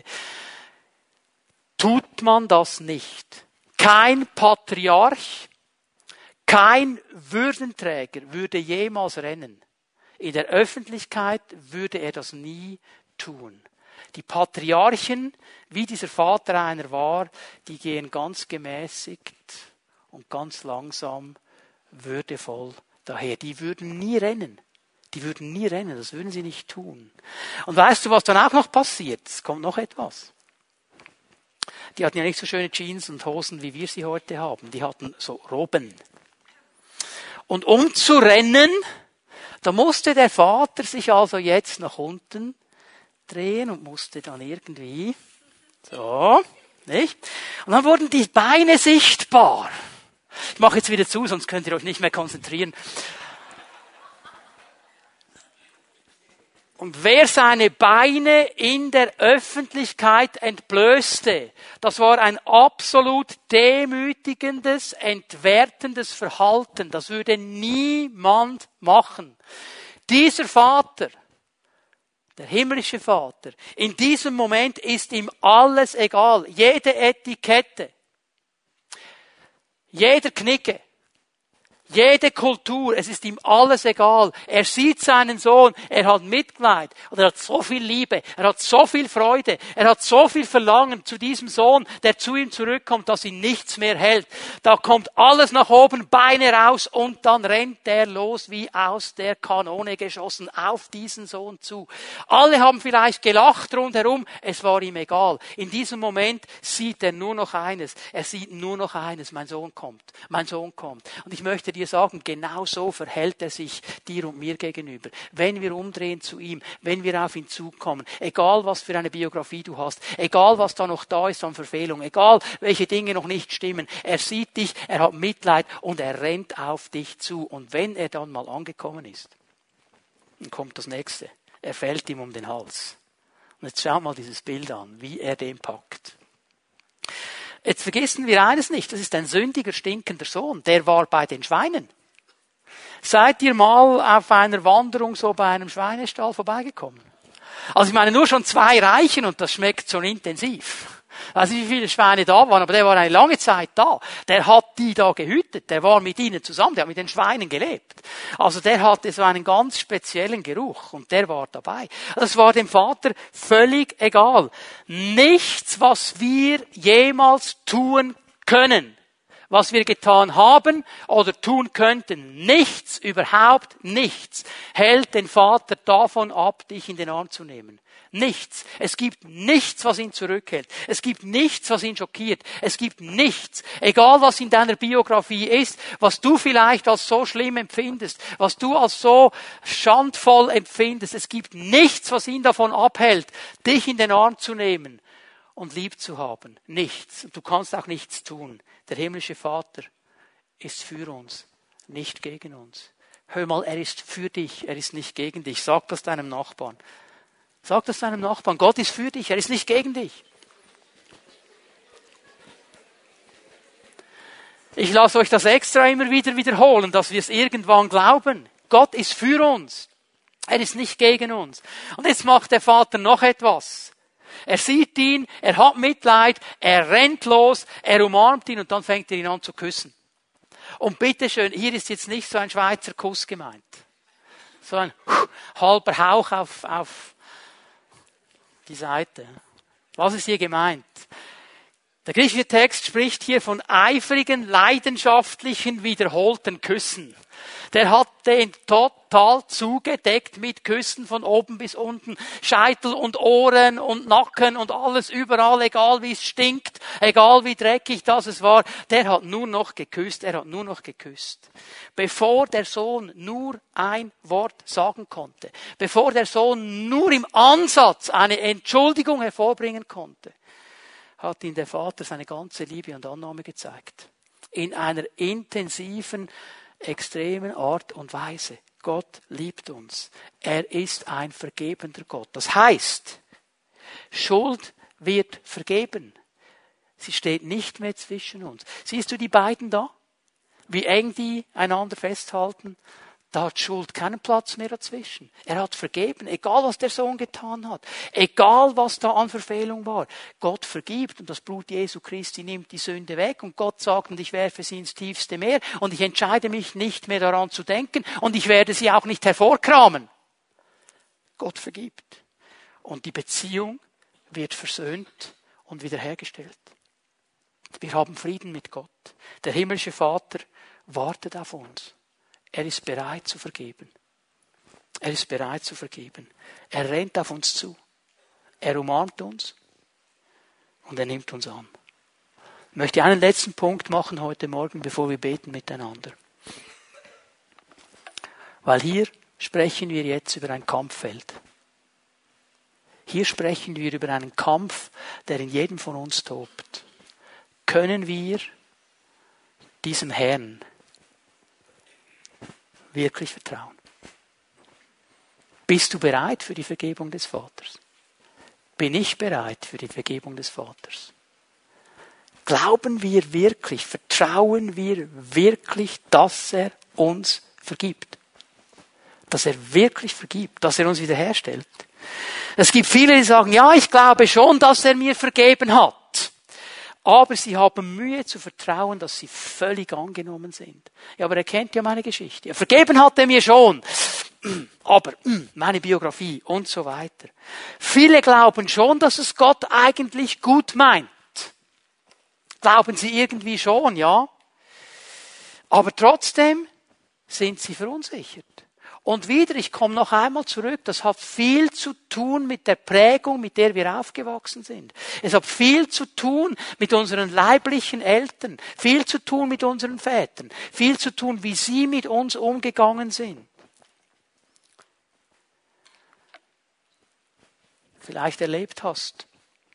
tut man das nicht. Kein Patriarch, kein Würdenträger würde jemals rennen. In der Öffentlichkeit würde er das nie tun. Die Patriarchen, wie dieser Vater einer war, die gehen ganz gemäßigt und ganz langsam, würdevoll daher. Die würden nie rennen. Das würden sie nicht tun. Und weißt du, was dann auch noch passiert? Es kommt noch etwas. Die hatten ja nicht so schöne Jeans und Hosen, wie wir sie heute haben. Die hatten so Roben. Und um zu rennen, da musste der Vater sich also jetzt nach unten drehen und musste dann irgendwie so, nicht? Und dann wurden die Beine sichtbar. Ich mache jetzt wieder zu, sonst könnt ihr euch nicht mehr konzentrieren. Und wer seine Beine in der Öffentlichkeit entblößte, das war ein absolut demütigendes, entwertendes Verhalten. Das würde niemand machen. Dieser Vater, der himmlische Vater, in diesem Moment ist ihm alles egal. Jede Etikette, jeder Knicke, jede Kultur, es ist ihm alles egal. Er sieht seinen Sohn, er hat Mitleid und er hat so viel Liebe, er hat so viel Freude, er hat so viel Verlangen zu diesem Sohn, der zu ihm zurückkommt, dass ihn nichts mehr hält. Da kommt alles nach oben, Beine raus und dann rennt er los wie aus der Kanone geschossen auf diesen Sohn zu. Alle haben vielleicht gelacht rundherum, es war ihm egal. In diesem Moment sieht er nur noch eines, mein Sohn kommt, mein Sohn kommt. Und ich möchte dir sagen, genau so verhält er sich dir und mir gegenüber. Wenn wir umdrehen zu ihm, wenn wir auf ihn zukommen, egal was für eine Biografie du hast, egal was da noch da ist an Verfehlung, egal welche Dinge noch nicht stimmen, er sieht dich, er hat Mitleid und er rennt auf dich zu. Und wenn er dann mal angekommen ist, dann kommt das Nächste. Er fällt ihm um den Hals. Und jetzt schau mal dieses Bild an, wie er den packt. Jetzt vergessen wir eines nicht, das ist ein sündiger, stinkender Sohn. Der war bei den Schweinen. Seid ihr mal auf einer Wanderung so bei einem Schweinestall vorbeigekommen? Also ich meine, nur schon 2 reichen und das schmeckt schon intensiv. Weiß nicht, wie viele Schweine da waren, aber der war eine lange Zeit da. Der hat die da gehütet. Der war mit ihnen zusammen. Der hat mit den Schweinen gelebt. Also der hatte so einen ganz speziellen Geruch und der war dabei. Das war dem Vater völlig egal. Nichts, was wir jemals tun können, was wir getan haben oder tun könnten, nichts, überhaupt nichts, hält den Vater davon ab, dich in den Arm zu nehmen. Nichts. Es gibt nichts, was ihn zurückhält. Es gibt nichts, was ihn schockiert. Es gibt nichts. Egal, was in deiner Biografie ist, was du vielleicht als so schlimm empfindest, was du als so schandvoll empfindest. Es gibt nichts, was ihn davon abhält, dich in den Arm zu nehmen und lieb zu haben. Nichts. Du kannst auch nichts tun. Der himmlische Vater ist für uns, nicht gegen uns. Hör mal, er ist für dich, er ist nicht gegen dich. Sag das deinem Nachbarn. Sag das deinem Nachbarn. Gott ist für dich, er ist nicht gegen dich. Ich lasse euch das extra immer wieder wiederholen, dass wir es irgendwann glauben. Gott ist für uns. Er ist nicht gegen uns. Und jetzt macht der Vater noch etwas. Er sieht ihn, er hat Mitleid, er rennt los, er umarmt ihn und dann fängt er ihn an zu küssen. Und bitteschön, hier ist jetzt nicht so ein Schweizer Kuss gemeint. So ein halber Hauch auf die Seite. Was ist hier gemeint? Der griechische Text spricht hier von eifrigen, leidenschaftlichen, wiederholten Küssen. Der hat den total zugedeckt mit Küssen von oben bis unten. Scheitel und Ohren und Nacken und alles überall, egal wie es stinkt, egal wie dreckig das es war. Der hat nur noch geküsst, er hat nur noch geküsst. Bevor der Sohn nur ein Wort sagen konnte, bevor der Sohn nur im Ansatz eine Entschuldigung hervorbringen konnte, hat ihm der Vater seine ganze Liebe und Annahme gezeigt. In einer intensiven, extremen Art und Weise. Gott liebt uns. Er ist ein vergebender Gott. Das heißt, Schuld wird vergeben. Sie steht nicht mehr zwischen uns. Siehst du die beiden da? Wie eng die einander festhalten? Da hat Schuld keinen Platz mehr dazwischen. Er hat vergeben, egal was der Sohn getan hat. Egal was da an Verfehlung war. Gott vergibt und das Blut Jesu Christi nimmt die Sünde weg und Gott sagt, und ich werfe sie ins tiefste Meer und ich entscheide mich nicht mehr daran zu denken und ich werde sie auch nicht hervorkramen. Gott vergibt. Und die Beziehung wird versöhnt und wiederhergestellt. Wir haben Frieden mit Gott. Der himmlische Vater wartet auf uns. Er ist bereit zu vergeben. Er ist bereit zu vergeben. Er rennt auf uns zu. Er umarmt uns und er nimmt uns an. Ich möchte einen letzten Punkt machen heute Morgen, bevor wir beten miteinander. Weil hier sprechen wir jetzt über ein Kampffeld. Hier sprechen wir über einen Kampf, der in jedem von uns tobt. Können wir diesem Herrn wirklich vertrauen? Bist du bereit für die Vergebung des Vaters? Bin ich bereit für die Vergebung des Vaters? Glauben wir wirklich, vertrauen wir wirklich, dass er uns vergibt? Dass er wirklich vergibt, dass er uns wiederherstellt? Es gibt viele, die sagen, ja, ich glaube schon, dass er mir vergeben hat. Aber sie haben Mühe zu vertrauen, dass sie völlig angenommen sind. Ja, aber er kennt ja meine Geschichte. Vergeben hat er mir schon. Aber meine Biografie und so weiter. Viele glauben schon, dass es Gott eigentlich gut meint. Glauben sie irgendwie schon, ja. Aber trotzdem sind sie verunsichert. Und wieder, ich komme noch einmal zurück, das hat viel zu tun mit der Prägung, mit der wir aufgewachsen sind. Es hat viel zu tun mit unseren leiblichen Eltern, viel zu tun mit unseren Vätern, viel zu tun, wie sie mit uns umgegangen sind. Vielleicht erlebt hast,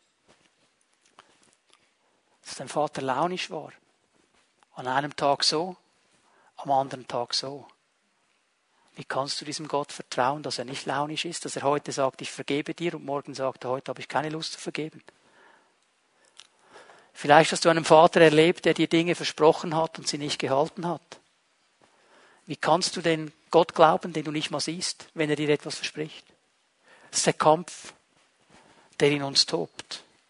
dass dein Vater launisch war. An einem Tag so, am anderen Tag so. Wie kannst du diesem Gott vertrauen, dass er nicht launisch ist, dass er heute sagt, ich vergebe dir und morgen sagt, heute habe ich keine Lust zu vergeben? Vielleicht hast du einen Vater erlebt, der dir Dinge versprochen hat und sie nicht gehalten hat. Wie kannst du denn Gott glauben, den du nicht mal siehst, wenn er dir etwas verspricht? Das ist der Kampf, der in uns tobt.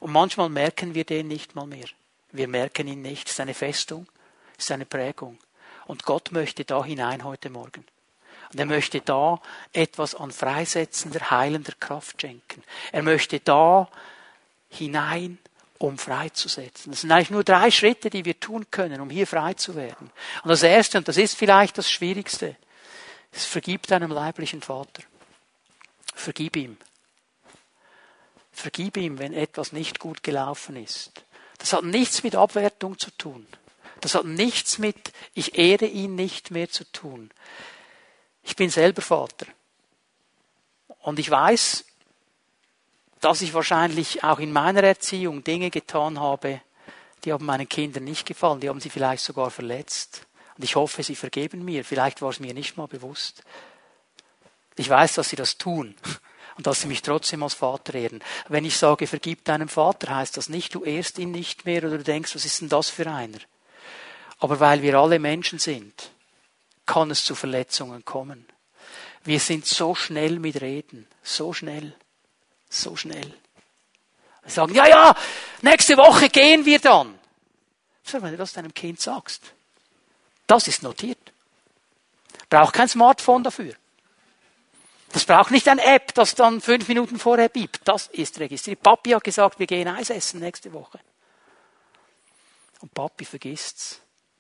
Und manchmal merken wir den nicht mal mehr. Wir merken ihn nicht. Es ist eine Festung, es ist eine Prägung. Und Gott möchte da hinein heute Morgen. Und er möchte da etwas an freisetzender, heilender Kraft schenken. Er möchte da hinein, um freizusetzen. Das sind eigentlich nur 3 Schritte, die wir tun können, um hier frei zu werden. Und das Erste, und das ist vielleicht das Schwierigste, ist, vergib deinem leiblichen Vater. Vergib ihm. Vergib ihm, wenn etwas nicht gut gelaufen ist. Das hat nichts mit Abwertung zu tun. Das hat nichts mit, ich ehre ihn nicht mehr zu tun. Ich bin selber Vater. Und ich weiß, dass ich wahrscheinlich auch in meiner Erziehung Dinge getan habe, die haben meinen Kindern nicht gefallen. Die haben sie vielleicht sogar verletzt. Und ich hoffe, sie vergeben mir. Vielleicht war es mir nicht mal bewusst. Ich weiß, dass sie das tun. Und dass sie mich trotzdem als Vater ehren. Wenn ich sage, vergib deinem Vater, heißt das nicht, du ehrst ihn nicht mehr oder du denkst, was ist denn das für einer? Aber weil wir alle Menschen sind, kann es zu Verletzungen kommen. Wir sind so schnell mit Reden. So schnell. So schnell. Wir sagen, ja, nächste Woche gehen wir dann. So, wenn du das deinem Kind sagst, das ist notiert. Braucht kein Smartphone dafür. Das braucht nicht eine App, das dann 5 Minuten vorher biebt. Das ist registriert. Papi hat gesagt, wir gehen Eis essen nächste Woche. Und Papi vergisst's.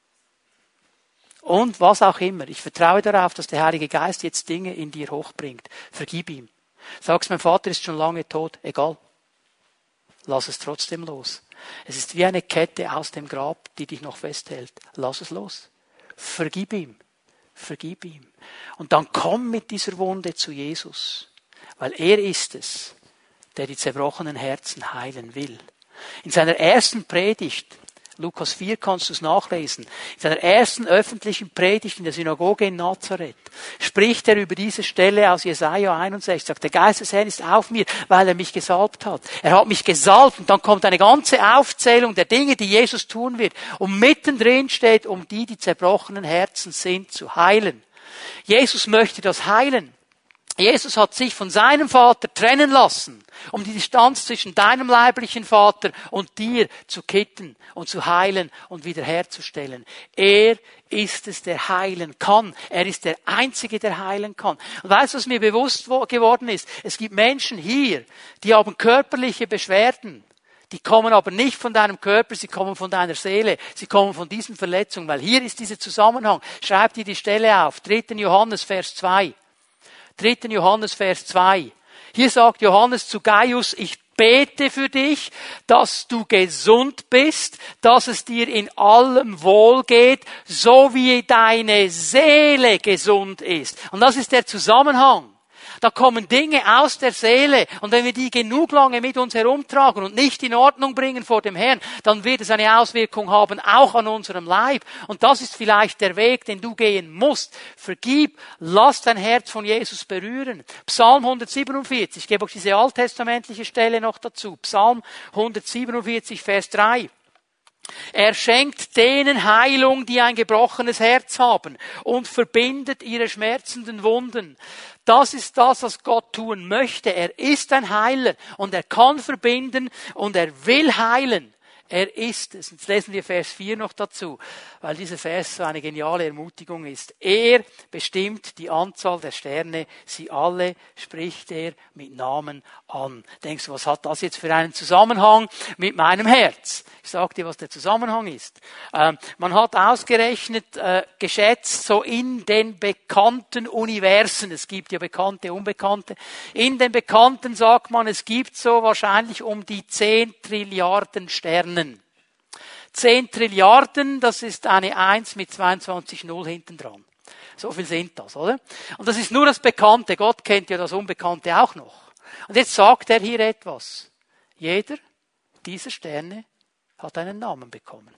Und was auch immer. Ich vertraue darauf, dass der Heilige Geist jetzt Dinge in dir hochbringt. Vergib ihm. Sagst, mein Vater ist schon lange tot. Egal. Lass es trotzdem los. Es ist wie eine Kette aus dem Grab, die dich noch festhält. Lass es los. Vergib ihm. Vergib ihm. Und dann komm mit dieser Wunde zu Jesus. Weil er ist es, der die zerbrochenen Herzen heilen will. In seiner ersten Predigt, Lukas 4 kannst du es nachlesen, in seiner ersten öffentlichen Predigt in der Synagoge in Nazareth, spricht er über diese Stelle aus Jesaja 61, sagt, der Geist des Herrn ist auf mir, weil er mich gesalbt hat. Er hat mich gesalbt und dann kommt eine ganze Aufzählung der Dinge, die Jesus tun wird. Und mittendrin steht, um die zerbrochenen Herzen sind, zu heilen. Jesus möchte das heilen. Jesus hat sich von seinem Vater trennen lassen, um die Distanz zwischen deinem leiblichen Vater und dir zu kitten und zu heilen und wiederherzustellen. Er ist es, der heilen kann. Er ist der Einzige, der heilen kann. Und weißt du, was mir bewusst geworden ist? Es gibt Menschen hier, die haben körperliche Beschwerden. Die kommen aber nicht von deinem Körper, sie kommen von deiner Seele, sie kommen von diesen Verletzungen, weil hier ist dieser Zusammenhang. Schreib dir die Stelle auf, 3. Johannes, Vers 2. 3. Johannes, Vers 2. Hier sagt Johannes zu Gaius, ich bete für dich, dass du gesund bist, dass es dir in allem wohlgeht, so wie deine Seele gesund ist. Und das ist der Zusammenhang. Da kommen Dinge aus der Seele und wenn wir die genug lange mit uns herumtragen und nicht in Ordnung bringen vor dem Herrn, dann wird es eine Auswirkung haben, auch an unserem Leib. Und das ist vielleicht der Weg, den du gehen musst. Vergib, lass dein Herz von Jesus berühren. Psalm 147, ich gebe euch diese alttestamentliche Stelle noch dazu. Psalm 147, Vers 3. Er schenkt denen Heilung, die ein gebrochenes Herz haben und verbindet ihre schmerzenden Wunden. Das ist das, was Gott tun möchte. Er ist ein Heiler und er kann verbinden und er will heilen. Er ist es. Jetzt lesen wir Vers 4 noch dazu, weil dieser Vers so eine geniale Ermutigung ist. Er bestimmt die Anzahl der Sterne, sie alle spricht er mit Namen an. Denkst du, was hat das jetzt für einen Zusammenhang mit meinem Herz? Ich sage dir, was der Zusammenhang ist. Man hat ausgerechnet, geschätzt, so in den bekannten Universen, es gibt ja bekannte, unbekannte, in den bekannten sagt man, es gibt so wahrscheinlich um die 10 Trilliarden Sterne. 10 Trilliarden, das ist eine 1 mit 22 Null hinten dran. So viel sind das, oder? Und das ist nur das Bekannte. Gott kennt ja das Unbekannte auch noch. Und jetzt sagt er hier etwas. Jeder dieser Sterne hat einen Namen bekommen.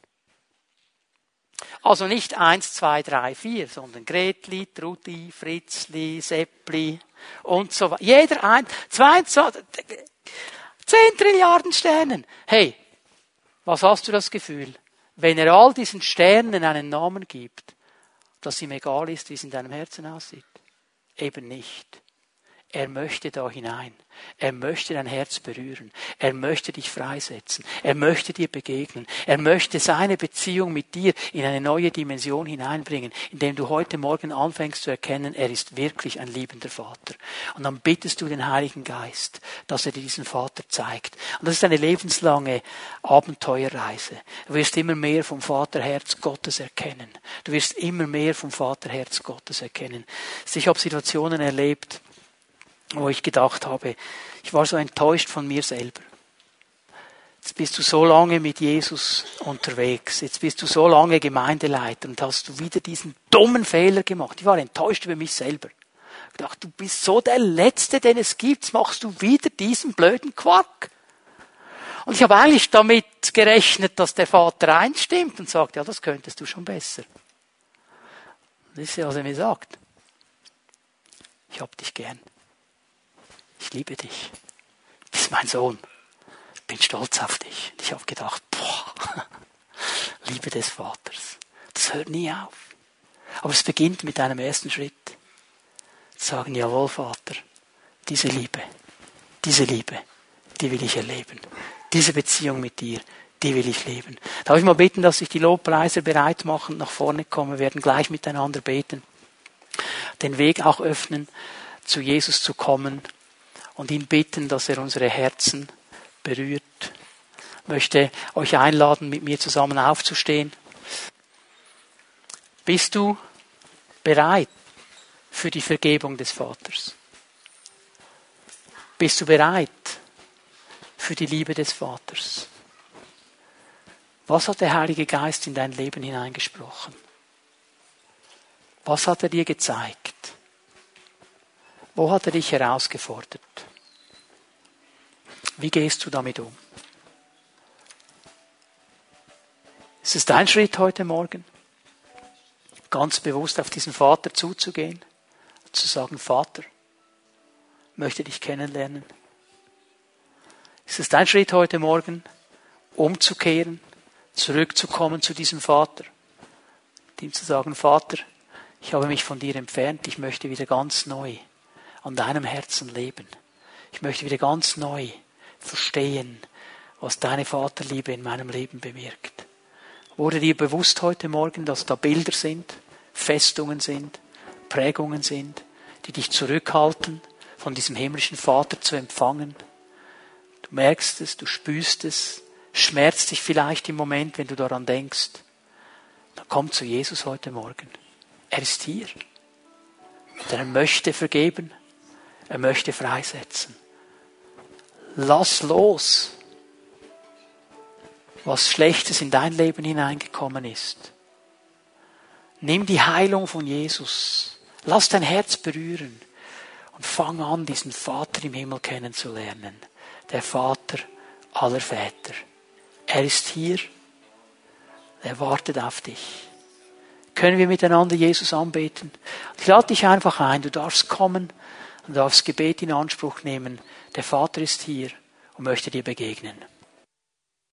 Also nicht 1, 2, 3, 4, sondern Gretli, Trudi, Fritzli, Seppli und so weiter. Jeder 1, 2, 10 Trilliarden Sternen. Hey, was hast du das Gefühl, wenn er all diesen Sternen einen Namen gibt, dass ihm egal ist, wie es in deinem Herzen aussieht? Eben nicht. Er möchte da hinein. Er möchte dein Herz berühren. Er möchte dich freisetzen. Er möchte dir begegnen. Er möchte seine Beziehung mit dir in eine neue Dimension hineinbringen, indem du heute Morgen anfängst zu erkennen, er ist wirklich ein liebender Vater. Und dann bittest du den Heiligen Geist, dass er dir diesen Vater zeigt. Und das ist eine lebenslange Abenteuerreise. Du wirst immer mehr vom Vaterherz Gottes erkennen. Du wirst immer mehr vom Vaterherz Gottes erkennen. Ich habe Situationen erlebt, wo ich gedacht habe, ich war so enttäuscht von mir selber. Jetzt bist du so lange mit Jesus unterwegs, jetzt bist du so lange Gemeindeleiter und hast du wieder diesen dummen Fehler gemacht. Ich war enttäuscht über mich selber. Ich dachte, du bist so der Letzte, den es gibt, jetzt machst du wieder diesen blöden Quark. Und ich habe eigentlich damit gerechnet, dass der Vater einstimmt und sagt, ja, das könntest du schon besser. Das ist ja, was er mir sagt. Ich hab dich gern. Ich liebe dich. Du bist mein Sohn. Ich bin stolz auf dich. Und ich habe gedacht, Liebe des Vaters. Das hört nie auf. Aber es beginnt mit einem ersten Schritt. Zu sagen, jawohl, Vater, diese Liebe, die will ich erleben. Diese Beziehung mit dir, die will ich leben. Darf ich mal bitten, dass sich die Lobpreiser bereit machen und nach vorne kommen? Wir werden gleich miteinander beten. Den Weg auch öffnen, zu Jesus zu kommen. Und ihn bitten, dass er unsere Herzen berührt. Ich möchte euch einladen, mit mir zusammen aufzustehen. Bist du bereit für die Vergebung des Vaters? Bist du bereit für die Liebe des Vaters? Was hat der Heilige Geist in dein Leben hineingesprochen? Was hat er dir gezeigt? Wo hat er dich herausgefordert? Wie gehst du damit um? Ist es dein Schritt heute Morgen, ganz bewusst auf diesen Vater zuzugehen, zu sagen, Vater, ich möchte dich kennenlernen? Ist es dein Schritt heute Morgen, umzukehren, zurückzukommen zu diesem Vater, ihm zu sagen, Vater, ich habe mich von dir entfernt, ich möchte wieder ganz neu an deinem Herzen leben. Ich möchte wieder ganz neu verstehen, was deine Vaterliebe in meinem Leben bewirkt. Wurde dir bewusst heute Morgen, dass da Bilder sind, Festungen sind, Prägungen sind, die dich zurückhalten, von diesem himmlischen Vater zu empfangen? Du merkst es, du spürst es, schmerzt dich vielleicht im Moment, wenn du daran denkst. Dann komm zu Jesus heute Morgen. Er ist hier. Und er möchte vergeben. Er möchte freisetzen. Lass los, was Schlechtes in dein Leben hineingekommen ist. Nimm die Heilung von Jesus. Lass dein Herz berühren. Und fang an, diesen Vater im Himmel kennenzulernen. Der Vater aller Väter. Er ist hier. Er wartet auf dich. Können wir miteinander Jesus anbeten? Ich lade dich einfach ein. Du darfst kommen und darfst Gebet in Anspruch nehmen. Der Vater ist hier und möchte dir begegnen.